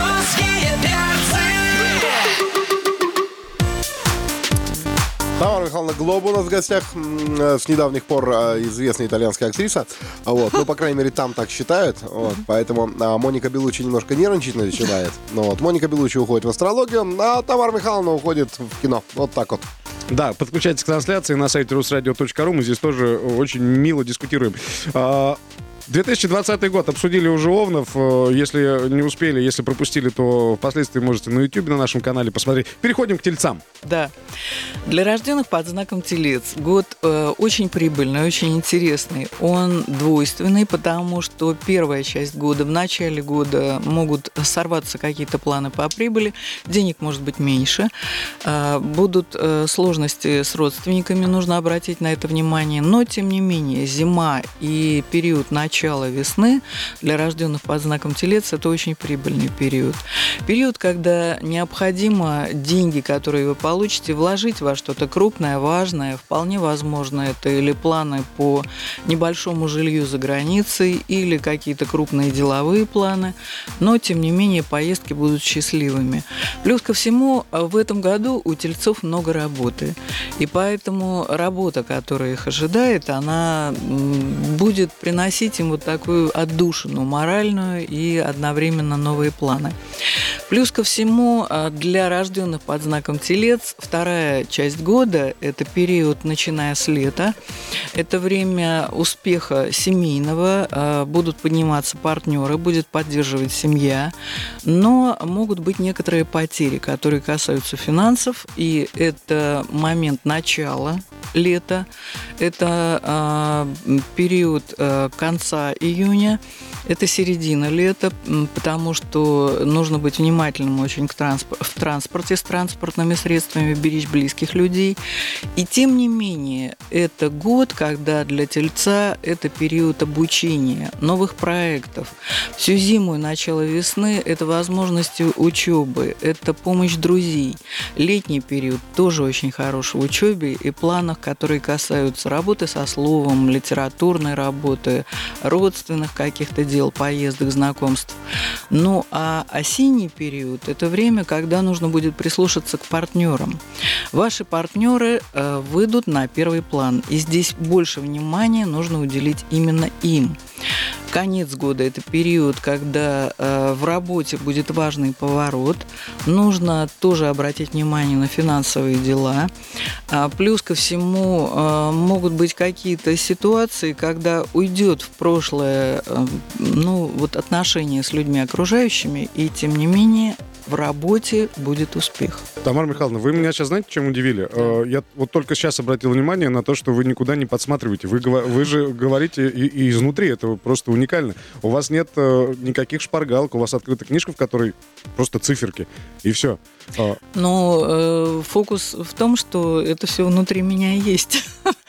Тамара Михайловна Глоба у нас в гостях. М, э, С недавних пор э, известная итальянская актриса. А Вот. Ну, по крайней мере, там так считают. Вот. Поэтому а, Моника Беллуччи немножко нервничать начинает. Ну, вот. Моника Беллуччи уходит в астрологию, а Тамара Михайловна уходит в кино. Вот так вот. Да, подключайтесь к трансляции на сайте русрадио точка ру. Мы здесь тоже очень мило дискутируем. А, две тысячи двадцатый год. Обсудили уже Овнов. Если не успели, если пропустили, то впоследствии можете на YouTube, на нашем канале посмотреть. Переходим к Тельцам. Да. Для рожденных под знаком Телец год э, очень прибыльный, очень интересный. Он двойственный, потому что первая часть года, в начале года могут сорваться какие-то планы по прибыли, денег может быть меньше, э, будут э, сложности с родственниками, нужно обратить на это внимание. Но, тем не менее, зима и период начала весны для рожденных под знаком Телец – это очень прибыльный период. Период, когда необходимо деньги, которые вы получите, вложить во что-то крупное, важное. Вполне возможно, это или планы по небольшому жилью за границей, или какие-то крупные деловые планы. Но, тем не менее, поездки будут счастливыми. Плюс ко всему, в этом году у тельцов много работы. И поэтому работа, которая их ожидает, она будет приносить им вот такую отдушину моральную и одновременно новые планы. Плюс ко всему, для рожденных под знаком Телец вторая часть года – это период, начиная с лета. Это время успеха семейного, будут подниматься партнеры, будет поддерживать семья, но могут быть некоторые потери, которые касаются финансов, и это момент начала лета, это период конца июня, это середина лета, потому что нужно быть внимательным очень к транспор- в транспорте с транспортными средствами, беречь близких людей. И тем не менее, это год, когда для тельца это период обучения, новых проектов. Всю зиму и начало весны – это возможности учебы, это помощь друзей. Летний период тоже очень хорош в учебе и планах, которые касаются работы со словом, литературной работы, родственных каких-то дел, поездок, знакомств. Ну, а осенний период – это время, когда нужно будет прислушаться к партнерам. Ваши партнеры э, выйдут на первый план, и здесь больше внимания нужно уделить именно им. Конец года – это период, когда э, в работе будет важный поворот. Нужно тоже обратить внимание на финансовые дела. А плюс ко всему э, могут быть какие-то ситуации, когда уйдет в прошлое э, ну, вот отношения с людьми окружающими, и тем не менее в работе будет успех. Тамара Михайловна, вы меня сейчас знаете, чем удивили? Да. Я вот только сейчас обратил внимание на то, что вы никуда не подсматриваете. Вы, вы же говорите и, и изнутри, это просто уникально. У вас нет э, никаких шпаргалок, у вас открыта книжка, в которой просто циферки, и все. Но э, фокус в том, что это все внутри меня есть.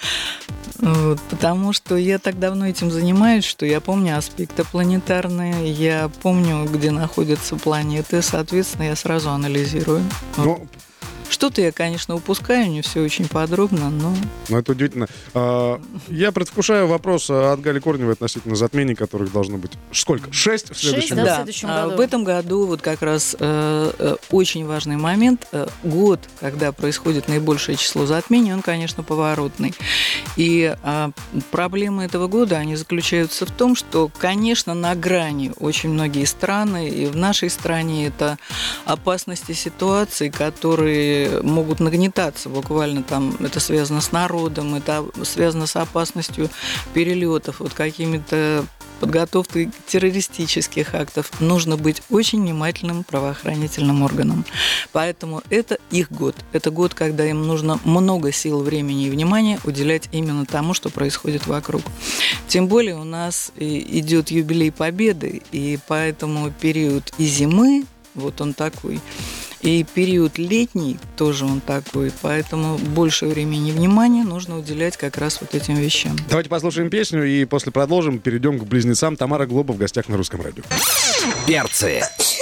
Вот, потому что я так давно этим занимаюсь, что я помню аспекты планетарные, я помню, где находятся планеты, соответственно, я сразу анализирую. Но... Что-то я, конечно, упускаю, не все очень подробно, но... Ну, это удивительно. Я предвкушаю вопрос от Гали Корневой относительно затмений, которых должно быть... Сколько? Шесть в следующем Шесть, году? да, Да, в следующем году. в этом году вот как раз э, э, очень важный момент. Э, год, когда происходит наибольшее число затмений, он, конечно, поворотный. И э, проблемы этого года, они заключаются в том, что, конечно, на грани очень многие страны, и в нашей стране это опасности ситуаций, которые могут нагнетаться буквально там, это связано с народом, это связано с опасностью перелетов, вот какими-то подготовкой террористических актов. Нужно быть очень внимательным правоохранительным органам. Поэтому это их год. Это год, когда им нужно много сил, времени и внимания уделять именно тому, что происходит вокруг. Тем более у нас идет юбилей Победы, и поэтому период и зимы, вот он такой, и период летний тоже он такой, поэтому больше времени и внимания нужно уделять как раз вот этим вещам. Давайте послушаем песню и после продолжим. Перейдем к близнецам. Тамара Глоба в гостях на Русском радио. Перцы.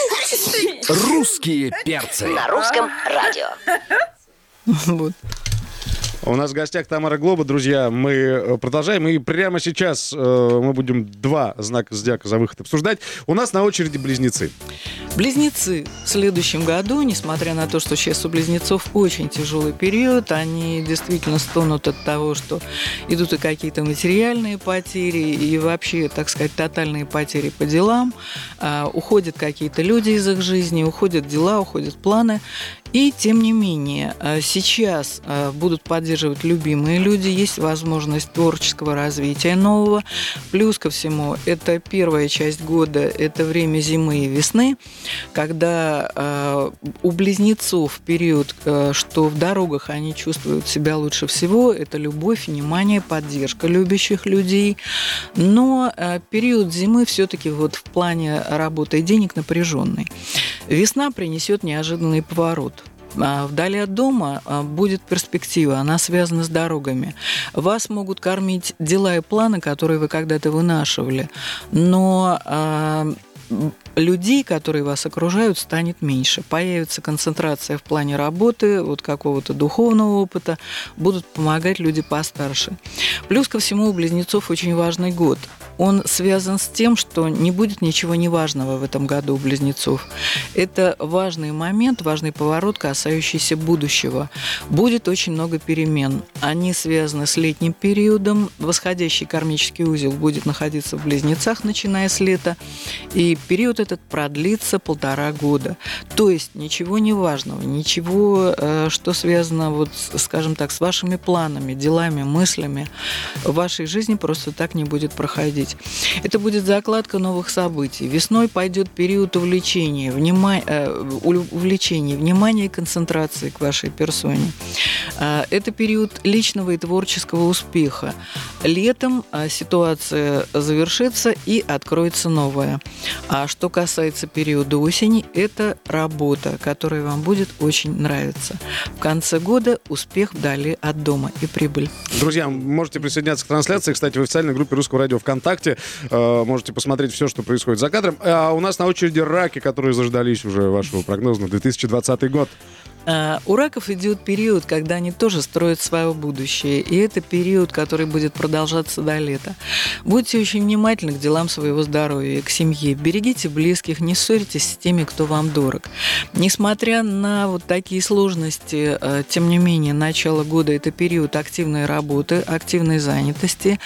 Русские перцы. На Русском радио. Вот. У нас в гостях Тамара Глоба, друзья. Мы продолжаем. И прямо сейчас э, мы будем два знака зодиака за выход обсуждать. У нас на очереди близнецы. Близнецы в следующем году, несмотря на то, что сейчас у близнецов очень тяжелый период, они действительно стонут от того, что идут и какие-то материальные потери, и вообще, так сказать, тотальные потери по делам. А, уходят какие-то люди из их жизни, уходят дела, уходят планы. И, тем не менее, сейчас будут поддерживать любимые люди, есть возможность творческого развития нового. Плюс ко всему, это первая часть года, это время зимы и весны, когда у близнецов период, что в дорогах они чувствуют себя лучше всего, это любовь, внимание, поддержка любящих людей. Но период зимы все-таки вот в плане работы и денег напряженный. Весна принесет неожиданный поворот. Вдали от дома будет перспектива, она связана с дорогами. Вас могут кормить дела и планы, которые вы когда-то вынашивали, но людей, которые вас окружают, станет меньше. Появится концентрация в плане работы, вот какого-то духовного опыта, будут помогать люди постарше. Плюс ко всему у близнецов очень важный год. Он связан с тем, что не будет ничего неважного в этом году у близнецов. Это важный момент, важный поворот, касающийся будущего. Будет очень много перемен. Они связаны с летним периодом. Восходящий кармический узел будет находиться в близнецах, начиная с лета. И период этот продлится полтора года. То есть ничего неважного, ничего, что связано, вот, скажем так, с вашими планами, делами, мыслями, в вашей жизни просто так не будет проходить. Это будет закладка новых событий. Весной пойдет период увлечения, внима... увлечения, внимания и концентрации к вашей персоне. Это период личного и творческого успеха. Летом ситуация завершится и откроется новая. А что касается периода осени, это работа, которая вам будет очень нравиться. В конце года успех вдали от дома и прибыль. Друзья, можете присоединяться к трансляции. Кстати, в официальной группе Русского радио ВКонтакте. Можете посмотреть все, что происходит за кадром. А у нас на очереди раки, которые заждались уже вашего прогноза на две тысячи двадцатый год. У раков идет период, когда они тоже строят свое будущее. И это период, который будет продолжаться до лета. Будьте очень внимательны к делам своего здоровья, к семье. Берегите близких, не ссорьтесь с теми, кто вам дорог. Несмотря на вот такие сложности, тем не менее, начало года – это период активной работы, активной занятости.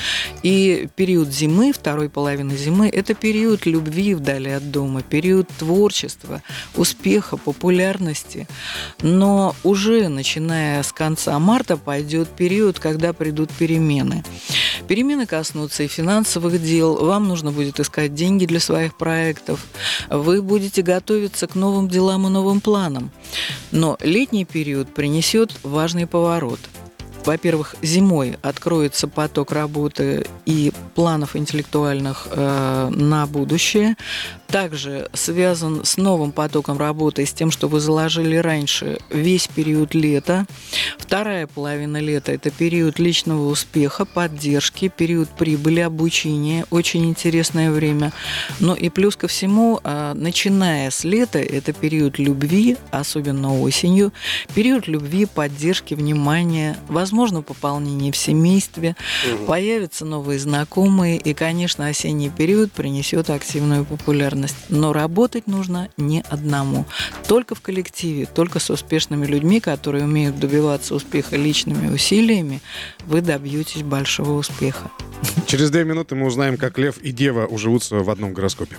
И период зимы, второй половины зимы – это период любви вдали от дома, период творчества, успеха, популярности. Но уже начиная с конца марта пойдет период, когда придут перемены. Перемены коснутся и финансовых дел. Вам нужно будет искать деньги для своих проектов. Вы будете готовиться к новым делам и новым планам. Но летний период принесет важный поворот. Во-первых, зимой откроется поток работы и планов интеллектуальных э, на будущее. Также связан с новым потоком работы и с тем, что вы заложили раньше весь период лета. Вторая половина лета – это период личного успеха, поддержки, период прибыли, обучения. Очень интересное время. Ну и плюс ко всему, э, начиная с лета, это период любви, особенно осенью. Период любви, поддержки, внимания, возможно, пополнение в семействе, угу. Появятся новые знакомые, и, конечно, осенний период принесет активную популярность. Но работать нужно не одному. Только в коллективе, только с успешными людьми, которые умеют добиваться успеха личными усилиями, вы добьетесь большого успеха. Через две минуты мы узнаем, как Лев и Дева уживутся в одном гороскопе.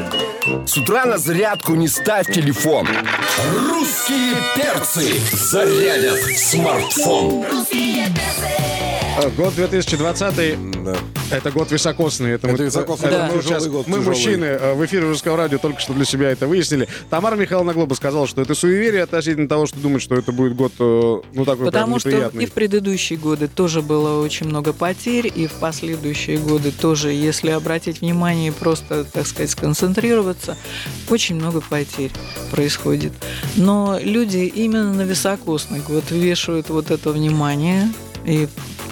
С утра на зарядку не ставь телефон. Русские перцы зарядят смартфон. Русские перцы. Год две тысячи двадцатый. Да. Это год високосный. Это, это мы, високосный. Это да. мы, сейчас, год, мы мужчины, в эфире Русского радио только что для себя это выяснили. Тамара Михайловна Глоба сказала, что это суеверие относительно того, что думают, что это будет год, ну, такой Потому прям неприятный. Что и в предыдущие годы тоже было очень много потерь, и в последующие годы тоже, если обратить внимание и просто, так сказать, сконцентрироваться, очень много потерь происходит. Но люди именно на високосный год вешают вот это внимание и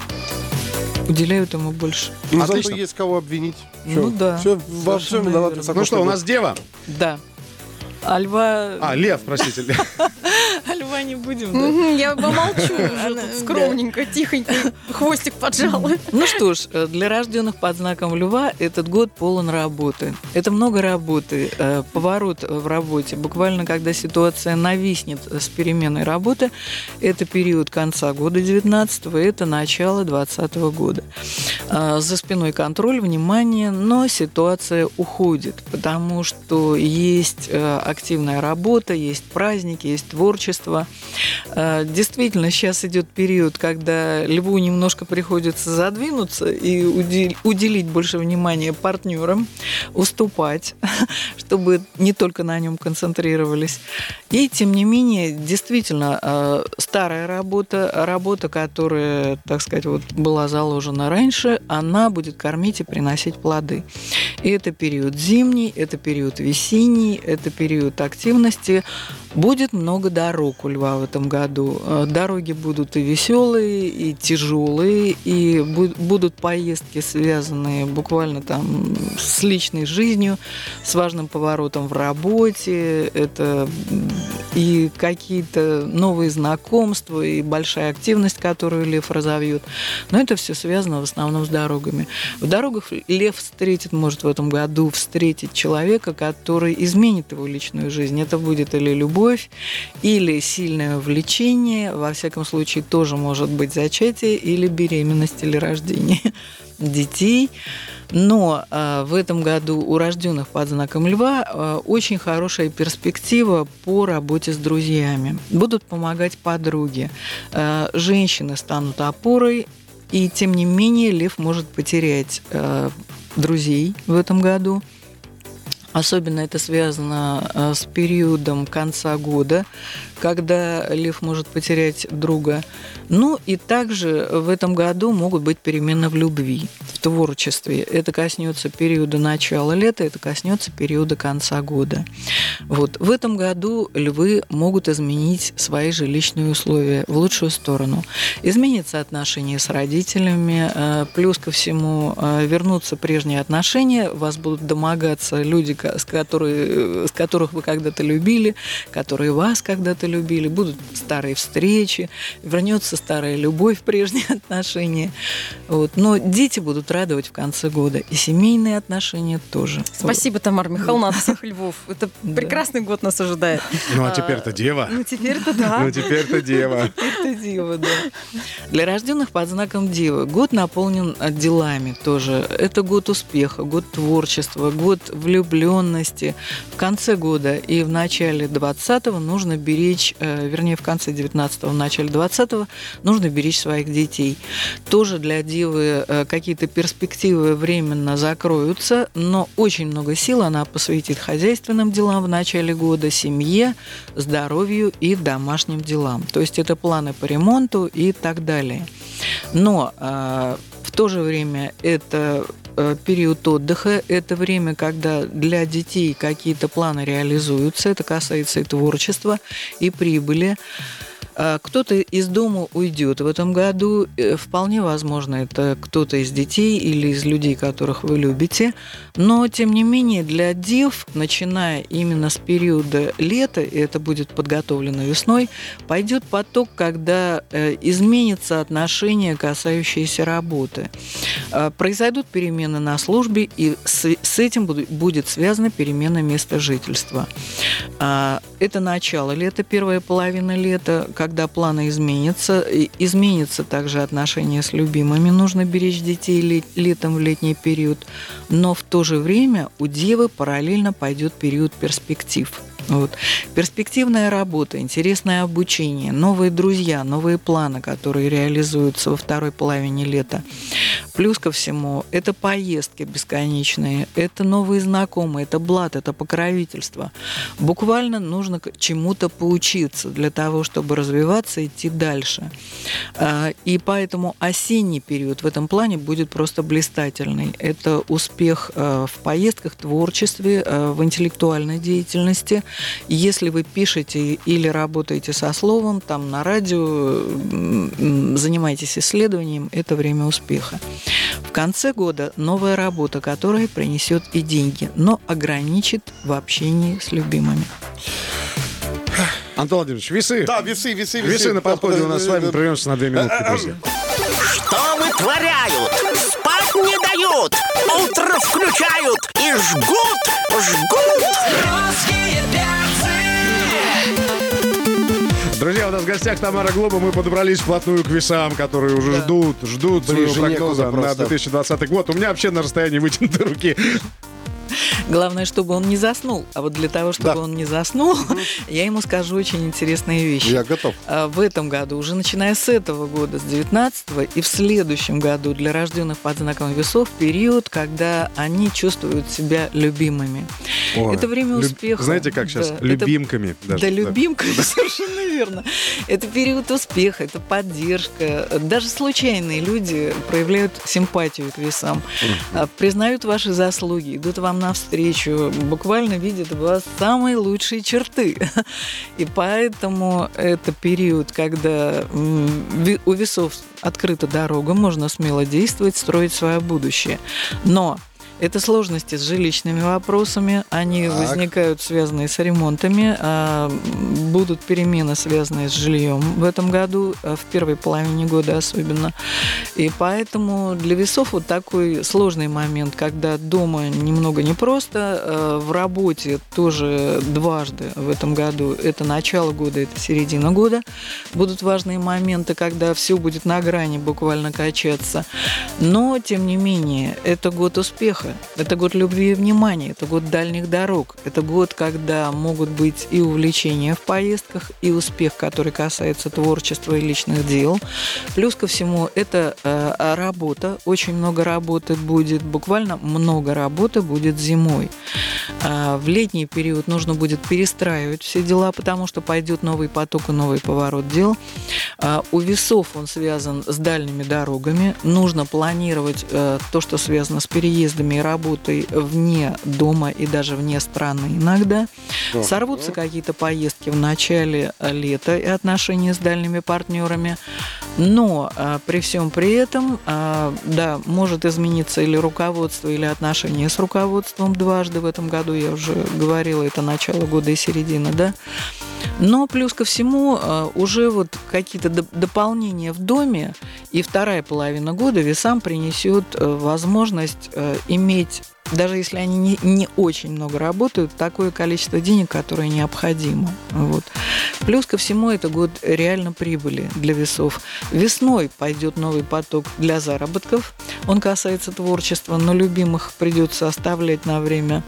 уделяют ему больше. Ну, зато есть кого обвинить. Ну Все. да. Все, во всем виноват. Ну что, у нас Дева? Да. А льва... А, лев, простите. А льва не будем, да? Я помолчу уже скромненько, тихонько, хвостик поджала. Ну что ж, для рожденных под знаком льва этот год полон работы. Это много работы, поворот в работе. Буквально, когда ситуация нависнет с переменой работы, это период конца года девятнадцатого, это начало двадцатого года. За спиной контроль, внимание, но ситуация уходит, потому что есть активная работа, есть праздники, есть творчество. Действительно, сейчас идет период, когда льву немножко приходится задвинуться и уделить больше внимания партнерам, уступать, чтобы не только на нем концентрировались. И, тем не менее, действительно, старая работа, работа, которая, так сказать, вот была заложена раньше, она будет кормить и приносить плоды. И это период зимний, это период весенний, это период активности. Будет много дорог у льва в этом году. Дороги будут и веселые, и тяжелые, и будут поездки, связанные буквально там с личной жизнью, с важным поворотом в работе. Это и какие-то новые знакомства, и большая активность, которую лев разовьет. Но это все связано в основном с дорогами. В дорогах лев встретит, может в этом году встретить человека, который изменит его личную жизнь. Это будет или любовь, или сильное влечение, во всяком случае тоже может быть зачатие или беременность, или рождение детей. Но э, в этом году у рожденных под знаком льва э, очень хорошая перспектива по работе с друзьями. Будут помогать подруги. Э, женщины станут опорой, и тем не менее лев может потерять э, друзей в этом году. Особенно это связано э, с периодом конца года, когда лев может потерять друга. Ну и также в этом году могут быть перемены в любви, в творчестве. Это коснется периода начала лета, это коснется периода конца года. Вот. В этом году львы могут изменить свои жилищные условия в лучшую сторону. Изменятся отношения с родителями, э, плюс ко всему э, вернутся прежние отношения, вас будут домогаться люди, с, которые, с которых вы когда-то любили, которые вас когда-то любили, будут старые встречи, вернется старая любовь, прежние отношения. Вот. Но дети будут радовать в конце года, и семейные отношения тоже. Спасибо, Тамара Михайловна, от всех львов. Это прекрасный год нас ожидает. Ну, а теперь-то дева. Ну, теперь-то да. Ну, теперь-то дева. Теперь-то дева, да. Для рожденных под знаком девы год наполнен делами тоже. Это год успеха, год творчества, год влюбленности. В конце года и в начале двадцатого нужно беречь, вернее, в конце девятнадцатого, в начале двадцатого нужно беречь своих детей. Тоже для девы какие-то перспективы временно закроются, но очень много сил она посвятит хозяйственным делам в начале года, семье, здоровью и домашним делам. То есть это планы по ремонту и так далее. Но э, в то же время это э, период отдыха, это время, когда для детей какие-то планы реализуются. Это касается и творчества, и прибыли. Кто-то из дома уйдет в этом году. Вполне возможно, это кто-то из детей или из людей, которых вы любите. Но, тем не менее, для дев, начиная именно с периода лета, и это будет подготовлено весной, пойдет поток, когда изменится отношение, касающееся работы. Произойдут перемены на службе, и с этим будет связана перемена места жительства. Это начало лета, первая половина лета, когда планы изменятся. Изменится также отношения с любимыми. Нужно беречь детей летом в летний период. Но в то же время у девы параллельно пойдет период перспектив. Вот. Перспективная работа, интересное обучение, новые друзья, новые планы, которые реализуются во второй половине лета. Плюс ко всему, это поездки бесконечные, это новые знакомые, это блат, это покровительство. Буквально нужно чему-то поучиться для того, чтобы развиваться, идти дальше. И поэтому осенний период в этом плане будет просто блистательный. Это успех в поездках, творчестве, в интеллектуальной деятельности. Если вы пишете или работаете со словом, там на радио, занимаетесь исследованием, это время успеха. В конце года новая работа, которая принесет и деньги, но ограничит в общении с любимыми. Антон Владимирович, весы. Да, весы, весы, весы. Весы на подходе у нас с вами. Прервемся на две минутки, друзья. Что вытворяют? Спать не дают. Утро включают и жгут, жгут. Русские перцы. Друзья, у нас в гостях Тамара Глоба. Мы подобрались вплотную к весам, которые уже да. ждут, ждут своего прогноза на две тысячи двадцатый год. У меня вообще на расстоянии вытянутой руки Главное, чтобы он не заснул. А вот для того, чтобы Да. он не заснул, я ему скажу очень интересные вещи. Я готов. А В этом году, уже начиная с этого года, с девятнадцатого, и в следующем году для рожденных под знаком весов период, когда они чувствуют себя любимыми. Ой, Это время люб- успеха. Знаете, как сейчас? Да, это- Любимками даже. Да, любимками, совершенно верно. Это период успеха, это поддержка. Даже случайные люди проявляют симпатию к весам, а, признают ваши заслуги, идут вам навстречу, буквально видят в вас самые лучшие черты. И поэтому это период, когда м, ви- у весов открыта дорога, можно смело действовать, строить свое будущее. Но это сложности с жилищными вопросами, они Так. возникают, связанные с ремонтами, а, будут перемены, связанные с жильем в этом году, а, в первой половине года особенно. И поэтому для весов вот такой сложный момент, когда дома немного непросто, а, в работе тоже дважды в этом году, это начало года, это середина года, будут важные моменты, когда все будет на грани буквально качаться. Но, тем не менее, это год успеха. Это год любви и внимания, это год дальних дорог, это год, когда могут быть и увлечения в поездках, и успех, который касается творчества и личных дел. Плюс ко всему, это э, работа, очень много работы будет, буквально много работы будет зимой. А в летний период нужно будет перестраивать все дела, потому что пойдет новый поток и новый поворот дел. А у весов он связан с дальними дорогами, нужно планировать э, то, что связано с переездами и работой вне дома и даже вне страны иногда. Сорвутся какие-то поездки в начале лета и отношения с дальними партнерами. Но а, при всем при этом, а, да, может измениться или руководство, или отношения с руководством дважды в этом году, я уже говорила, это начало года и середина, да. Но плюс ко всему а, уже вот какие-то доп- дополнения в доме, и вторая половина года весам принесет а, возможность а, иметь, даже если они не, не очень много работают, такое количество денег, которое необходимо. Вот. Плюс ко всему, это год реально прибыли для весов. Весной пойдет новый поток для заработков. Он касается творчества, но любимых придется оставлять на время.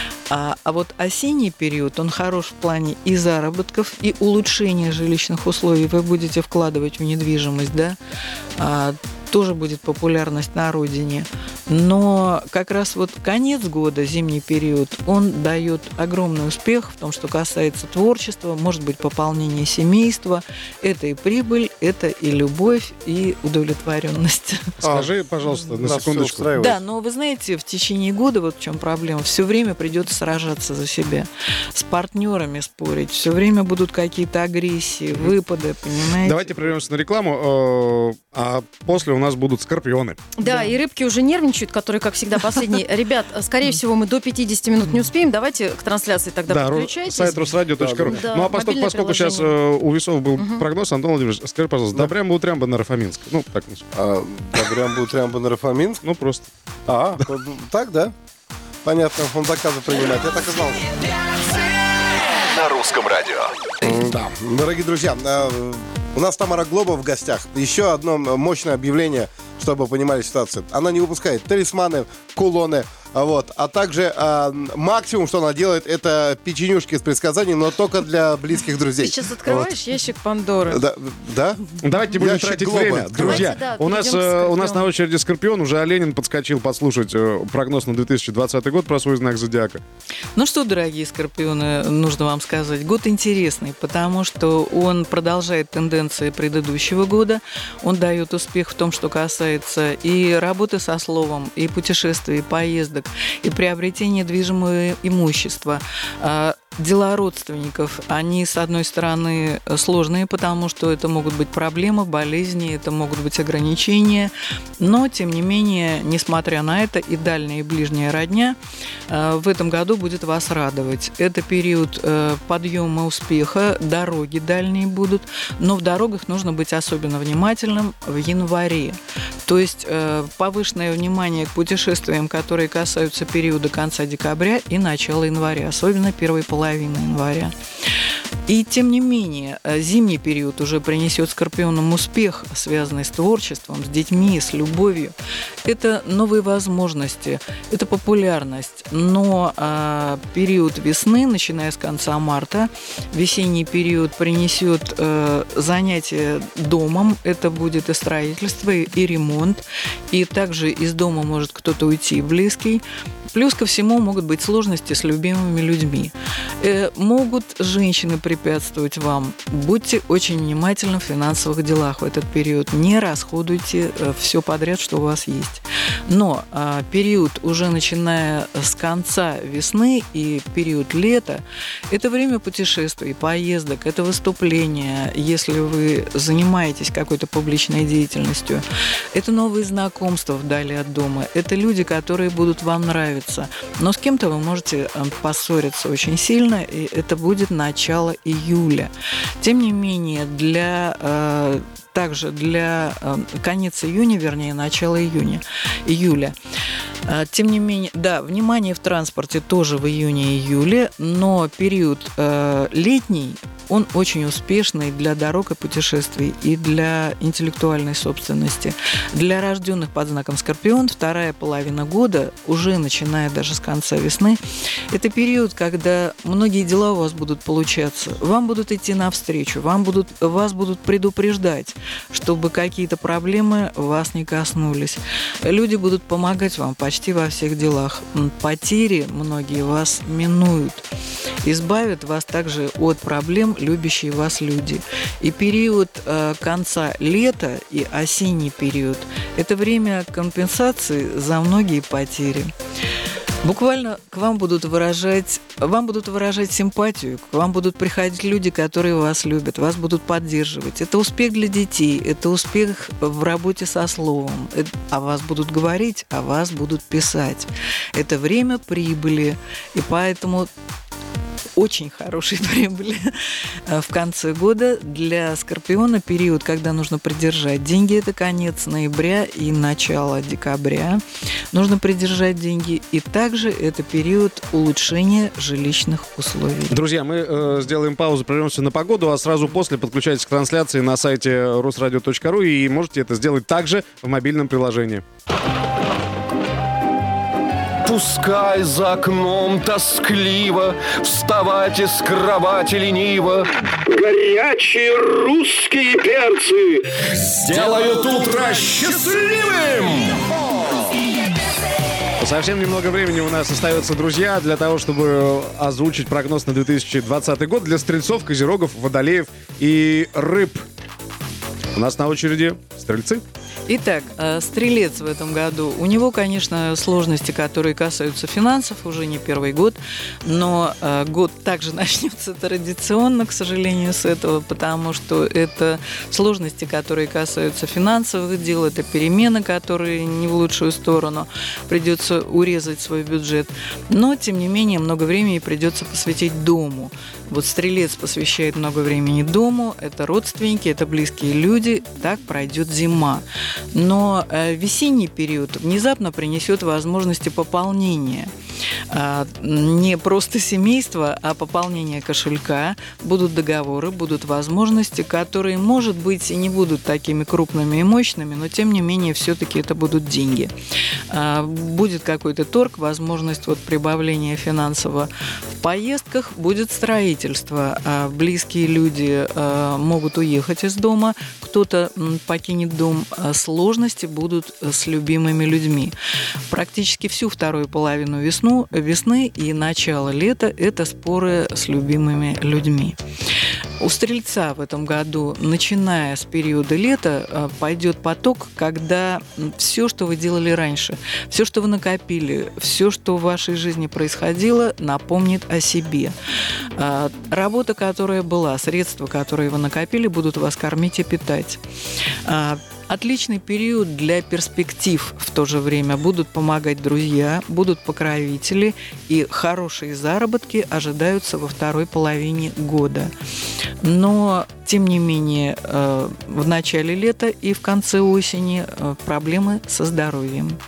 А, а вот осенний период, он хорош в плане и заработков, и улучшения жилищных условий. Вы будете вкладывать в недвижимость, да? А, тоже будет популярность на родине. Но как раз вот конец года, зимний период, он дает огромный успех в том, что касается творчества, может быть, пополнение семейства. Это и прибыль, это и любовь, и удовлетворенность. Скажи, пожалуйста, на Нас всё секундочку. устраивает. Да, но вы знаете, в течение года, вот в чем проблема, все время придется сражаться за себя, с партнерами спорить, все время будут какие-то агрессии, выпады, понимаете? Давайте прервемся на рекламу, э, а после у нас будут скорпионы. Да, и рыбки уже нервничают, которые, как всегда, последние. Ребят, скорее всего, мы до пятидесяти минут не успеем. Давайте к трансляции тогда Да, ру- подключайтесь. сайт русрадио точка ру. Да, Ну а поскольку, мобильное поскольку сейчас приложение. э, у весов был прогноз, Антон Владимирович, скажи, пожалуйста, да прям утрямба на Рафаминск. Ну, так, ну, А, Добрям будет Рямбо на Рафаминск. ну просто. А, так, да? Понятно, он заказы принимает. Я так и знал. На русском радио. Да, дорогие друзья, э, у нас Тамара Глоба в гостях. Еще одно мощное объявление, чтобы вы понимали ситуацию. Она не выпускает талисманы, кулоны, вот, а также э, максимум, что она делает, это печенюшки с предсказанием, но только для близких Ты друзей. сейчас открываешь ящик Пандоры. Вот. Да? Да? Давайте не будем Ящик тратить Глоба время. открывай. Друзья, Давайте, да, у, нас, перейдем к э, у нас Скорпиону. на очереди Скорпион. Уже Оленин подскочил послушать э, прогноз на две тысячи двадцатый год про свой знак зодиака. Ну что, дорогие скорпионы, нужно вам сказать, год интересный, потому что он продолжает тенденции предыдущего года, он дает успех в том, что касается и работы со словом, и путешествий, и поездок, и приобретения движимого имущества. А дела родственников, они, с одной стороны, сложные, потому что это могут быть проблемы, болезни, это могут быть ограничения, но, тем не менее, несмотря на это, и дальняя, и ближняя родня э, в этом году будет вас радовать. Это период э, подъема успеха, дороги дальние будут, но в дорогах нужно быть особенно внимательным в январе. То есть э, повышенное внимание к путешествиям, которые касаются периода конца декабря и начала января, особенно первой половины января. И тем не менее, зимний период уже принесет скорпионам успех, связанный с творчеством, с детьми, с любовью. Это новые возможности, это популярность. Но а, период весны, начиная с конца марта, весенний период принесет а, занятия домом. Это будет и строительство, и, и ремонт. И также из дома может кто-то уйти близкий. Плюс ко всему могут быть сложности с любимыми людьми. Э, могут женщины препятствовать вам. Будьте очень внимательны в финансовых делах в этот период. Не расходуйте э, все подряд, что у вас есть. Но э, период, уже начиная с конца весны и период лета, это время путешествий, поездок, это выступления, если вы занимаетесь какой-то публичной деятельностью. Это новые знакомства вдали от дома. Это люди, которые будут вам нравиться. Но с кем-то вы можете поссориться очень сильно, и это будет начало июля. Тем не менее, для, э, также для э, конец июня, вернее, начало июня, июля. Э, тем не менее, да, внимание в транспорте тоже в июне-июле, но период э, летний, он очень успешный для дорог и путешествий и для интеллектуальной собственности. Для рожденных под знаком Скорпион вторая половина года, уже начиная даже с конца весны, это период, когда многие дела у вас будут получаться. Вам будут идти навстречу, вам будут, вас будут предупреждать, чтобы какие-то проблемы вас не коснулись. Люди будут помогать вам почти во всех делах. Потери многие вас минуют. Избавят вас также от проблем любящие вас люди. И период э, конца лета и осенний период – это время компенсации за многие потери. Буквально к вам будут выражать, вам будут выражать симпатию, к вам будут приходить люди, которые вас любят, вас будут поддерживать. Это успех для детей, это успех в работе со словом. О вас будут говорить, о вас будут писать. Это время прибыли, и поэтому очень хорошей прибыли в конце года. Для Скорпиона период, когда нужно придержать деньги, это конец ноября и начало декабря. Нужно придержать деньги. И также это период улучшения жилищных условий. Друзья, мы э, сделаем паузу, прервемся на погоду, а сразу после подключайтесь к трансляции на сайте русрадио точка ру и можете это сделать также в мобильном приложении. Пускай за окном тоскливо вставать из кровати лениво. Горячие русские перцы Сделают утро счастливым! Совсем немного времени у нас остается, друзья, для того, чтобы озвучить прогноз на две тысячи двадцатый год для стрельцов, козерогов, водолеев и рыб. У нас на очереди стрельцы. Итак, стрелец в этом году. У него, конечно, сложности, которые касаются финансов, уже не первый год, но год также начнется традиционно, к сожалению, с этого, потому что это сложности, которые касаются финансовых дел, это перемены, которые не в лучшую сторону, придется урезать свой бюджет. Но, тем не менее, много времени придется посвятить дому. Вот стрелец посвящает много времени дому, это родственники, это близкие люди, так пройдет зима. Но весенний период внезапно принесет возможности пополнения. Не просто семейства, а пополнение кошелька. Будут договоры, будут возможности, которые, может быть, и не будут такими крупными и мощными, но, тем не менее, все-таки это будут деньги. Будет какой-то торг, возможность вот прибавления финансового в поездках, будет строительство. Близкие люди могут уехать из дома, кто-то покинет дом. Сложности будут с любимыми людьми. Практически всю вторую половину весну, весны и начало лета – это споры с любимыми людьми. У стрельца в этом году, начиная с периода лета, пойдет поток, когда все, что вы делали раньше, все, что вы накопили, все, что в вашей жизни происходило, напомнит о себе. Работа, которая была, средства, которые вы накопили, будут вас кормить и питать. Отличный период для перспектив в то же время. Будут помогать друзья, будут покровители, и хорошие заработки ожидаются во второй половине года. Но, тем не менее, в начале лета и в конце осени проблемы со здоровьем.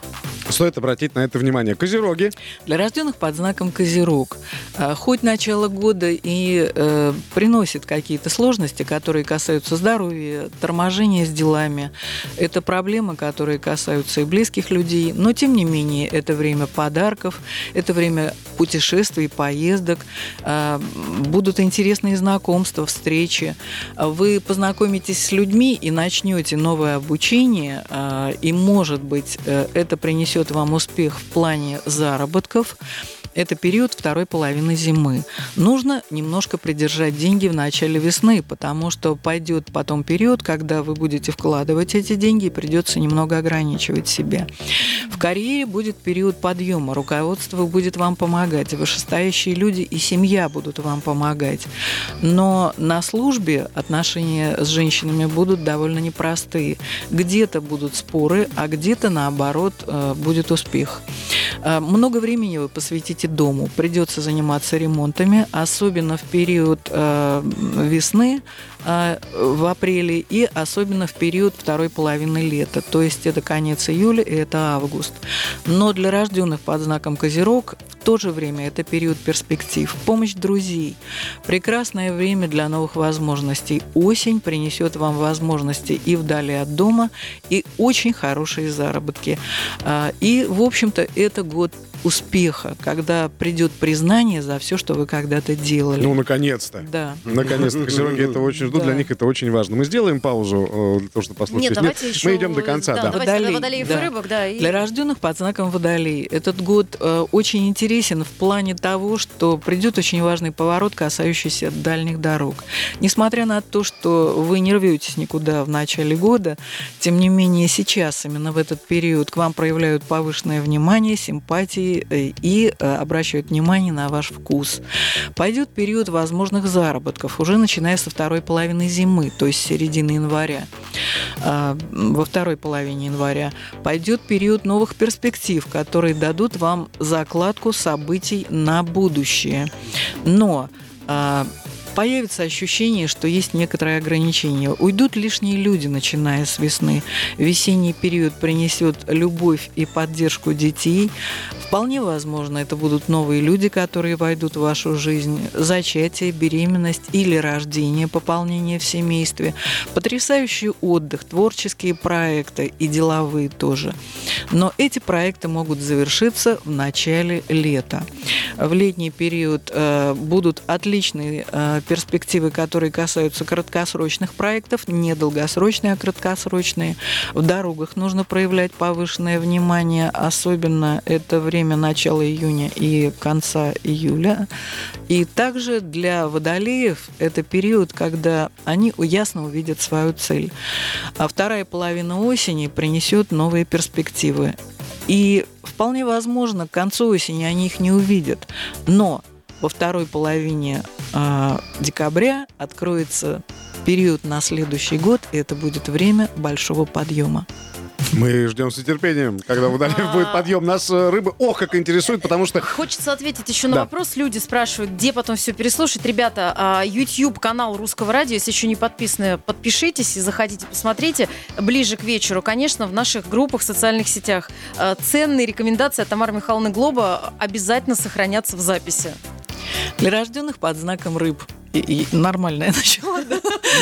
Стоит обратить на это внимание. Козероги. Для рожденных под знаком Козерог. Хоть начало года и э, приносит какие-то сложности, которые касаются здоровья, торможения с делами, это проблемы, которые касаются и близких людей, но тем не менее это время подарков, это время путешествий, поездок, э, будут интересные знакомства, встречи. Вы познакомитесь с людьми и начнете новое обучение, э, и, может быть, э, это принесет вам успех в плане заработков. Это период второй половины зимы. Нужно немножко придержать деньги в начале весны, потому что пойдет потом период, когда вы будете вкладывать эти деньги, и придется немного ограничивать себя. В карьере будет период подъема, руководство будет вам помогать, вышестоящие люди и семья будут вам помогать. Но на службе отношения с женщинами будут довольно непростые. Где-то будут споры, а где-то, наоборот, будет успех. Много времени вы посвятите дому. Придется заниматься ремонтами, особенно в период э, весны, э, в апреле, и особенно в период второй половины лета. То есть это конец июля и это август. Но для рожденных под знаком Козерог в то же время это период перспектив. Помощь друзей. Прекрасное время для новых возможностей. Осень принесет вам возможности и вдали от дома, и очень хорошие заработки. И, в общем-то, это год успеха, когда придет признание за все, что вы когда-то делали. Ну, наконец-то. Да. Наконец-то. Козероги это очень ждут, Да. для них это очень важно. Мы сделаем паузу э, для того, чтобы послушать. Нет, давайте еще... Мы идем до конца, да. Да, давайте Водолей, до водолеев да. и рыбок, да. И... Для рожденных под знаком Водолей этот год э, очень интересен в плане того, что придет очень важный поворот, касающийся дальних дорог. Несмотря на то, что вы не рветесь никуда в начале года, тем не менее сейчас, именно в этот период, к вам проявляют повышенное внимание, симпатии э, и э, обращают внимание на ваш вкус. Пойдет период возможных заработков, уже начиная со второй половины зимы, то есть середины января. А, во второй половине января пойдет период новых перспектив, которые дадут вам закладку событий на будущее. Но а, появится ощущение, что есть некоторые ограничения. Уйдут лишние люди, начиная с весны. Весенний период принесет любовь и поддержку детей. Вполне возможно, это будут новые люди, которые войдут в вашу жизнь. Зачатие, беременность или рождение, пополнение в семействе. Потрясающий отдых, творческие проекты и деловые тоже. Но эти проекты могут завершиться в начале лета. В летний период э, будут отличные э, перспективы, которые касаются краткосрочных проектов, не долгосрочные, а краткосрочные. В дорогах нужно проявлять повышенное внимание, особенно это время начала июня и конца июля. И также для водолеев это период, когда они ясно увидят свою цель. А вторая половина осени принесет новые перспективы. И вполне возможно, к концу осени они их не увидят. Но во второй половине э, декабря откроется период на следующий год, и это будет время большого подъема. Мы ждем с нетерпением, когда у Водолеев будет подъем. Нас э, рыбы ох, как интересует, потому что... Хочется ответить еще на Да. вопрос. Люди спрашивают, где потом все переслушать. Ребята, а, YouTube-канал Русского радио, если еще не подписаны, подпишитесь и заходите, посмотрите. Ближе к вечеру, конечно, в наших группах, в социальных сетях. А, Ценные рекомендации от Тамары Михайловны Глоба обязательно сохранятся в записи. Для рожденных под знаком рыб. И, и нормальное начало, да?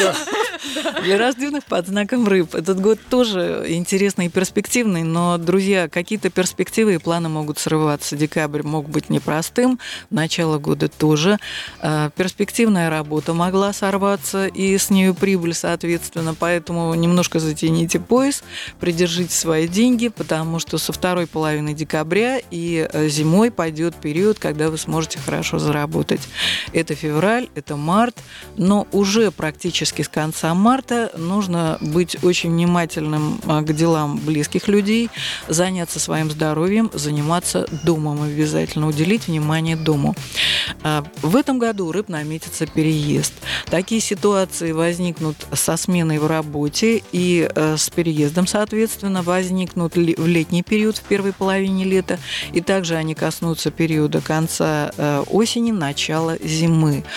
Для рожденных под знаком рыб. Этот год тоже интересный и перспективный, но, друзья, какие-то перспективы и планы могут срываться. Декабрь мог быть непростым, начало года тоже. Перспективная работа могла сорваться, и с нею прибыль, соответственно. Поэтому немножко затяните пояс, придержите свои деньги, потому что со второй половины декабря и зимой пойдет период, когда вы сможете хорошо заработать. Это февраль, это март, но уже практически с конца марта нужно быть очень внимательным к делам близких людей, заняться своим здоровьем, заниматься домом обязательно, уделить внимание дому. В этом году у рыб наметится переезд. Такие ситуации возникнут со сменой в работе и с переездом, соответственно, возникнут в летний период, в первой половине лета, и также они коснутся периода конца осени, начала зимы. Но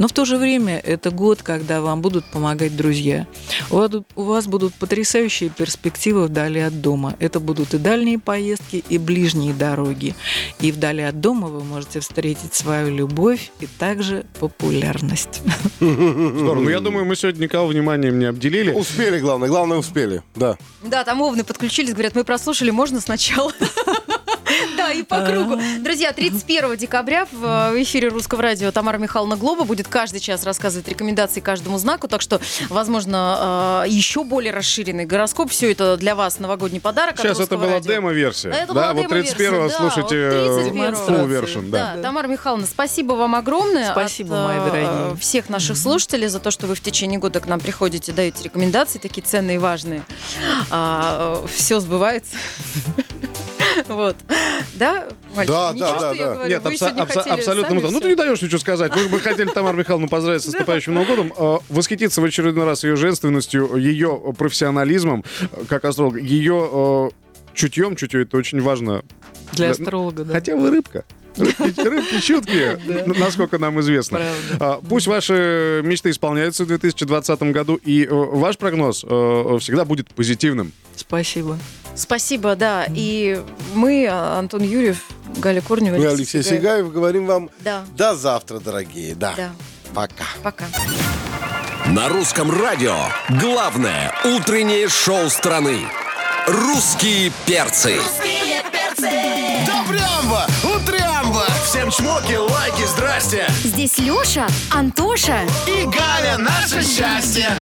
Но в то же время это год, когда вам будут помогать друзья. У вас, у вас будут потрясающие перспективы вдали от дома. Это будут и дальние поездки, и ближние дороги. И вдали от дома вы можете встретить свою любовь и также популярность. Здорово. Ну, я думаю, мы сегодня никого вниманием не обделили. Успели, главное. Главное, успели. Да. Да, там овны подключились, говорят, мы прослушали, можно сначала? Да, и по кругу. Друзья, тридцать первого декабря в эфире Русского радио Тамара Михайловна Глоба будет каждый час рассказывать рекомендации каждому знаку, так что, возможно, еще более расширенный гороскоп. Все это для вас новогодний подарок. Сейчас это была демо-версия. Это да, была вот тридцать первого да, слушайте full version. Да. Да, Тамара Михайловна, спасибо вам огромное. Спасибо, от, мои дорогие. Всех наших mm-hmm. слушателей за то, что вы в течение года к нам приходите, даете рекомендации такие ценные и важные. А, все сбывается. Вот. Да, мальчики? Да, ничего, да, что да, я да. говорю? Нет, Вы абсо- сегодня абсо- хотели абсолютно. сами Ну, всё? ты не даешь ничего сказать. Мы бы хотели Тамару Михайловну поздравить с наступающим Новым годом, э, восхититься в очередной раз ее женственностью, ее профессионализмом, э, как астролог, ее э, чутьем. Чутье — это очень важно. Для астролога, да. Хотя вы рыбка. Рыбки, рыбки чуткие, насколько нам известно. А, пусть ваши мечты исполняются в две тысячи двадцатом году, и э, ваш прогноз э, всегда будет позитивным. Спасибо. Спасибо, да. И мы, Антон Юрьев, Галя Корнева, Мы, Алексей Сигаев, говорим вам Да. до завтра, дорогие. Да. Да. Пока. Пока. На Русском радио главное утреннее шоу страны. «Русские перцы». Добрямба! Утрямба! Всем чмоки, лайки, здрасте! Здесь Леша, Антоша И Галя, наше счастье!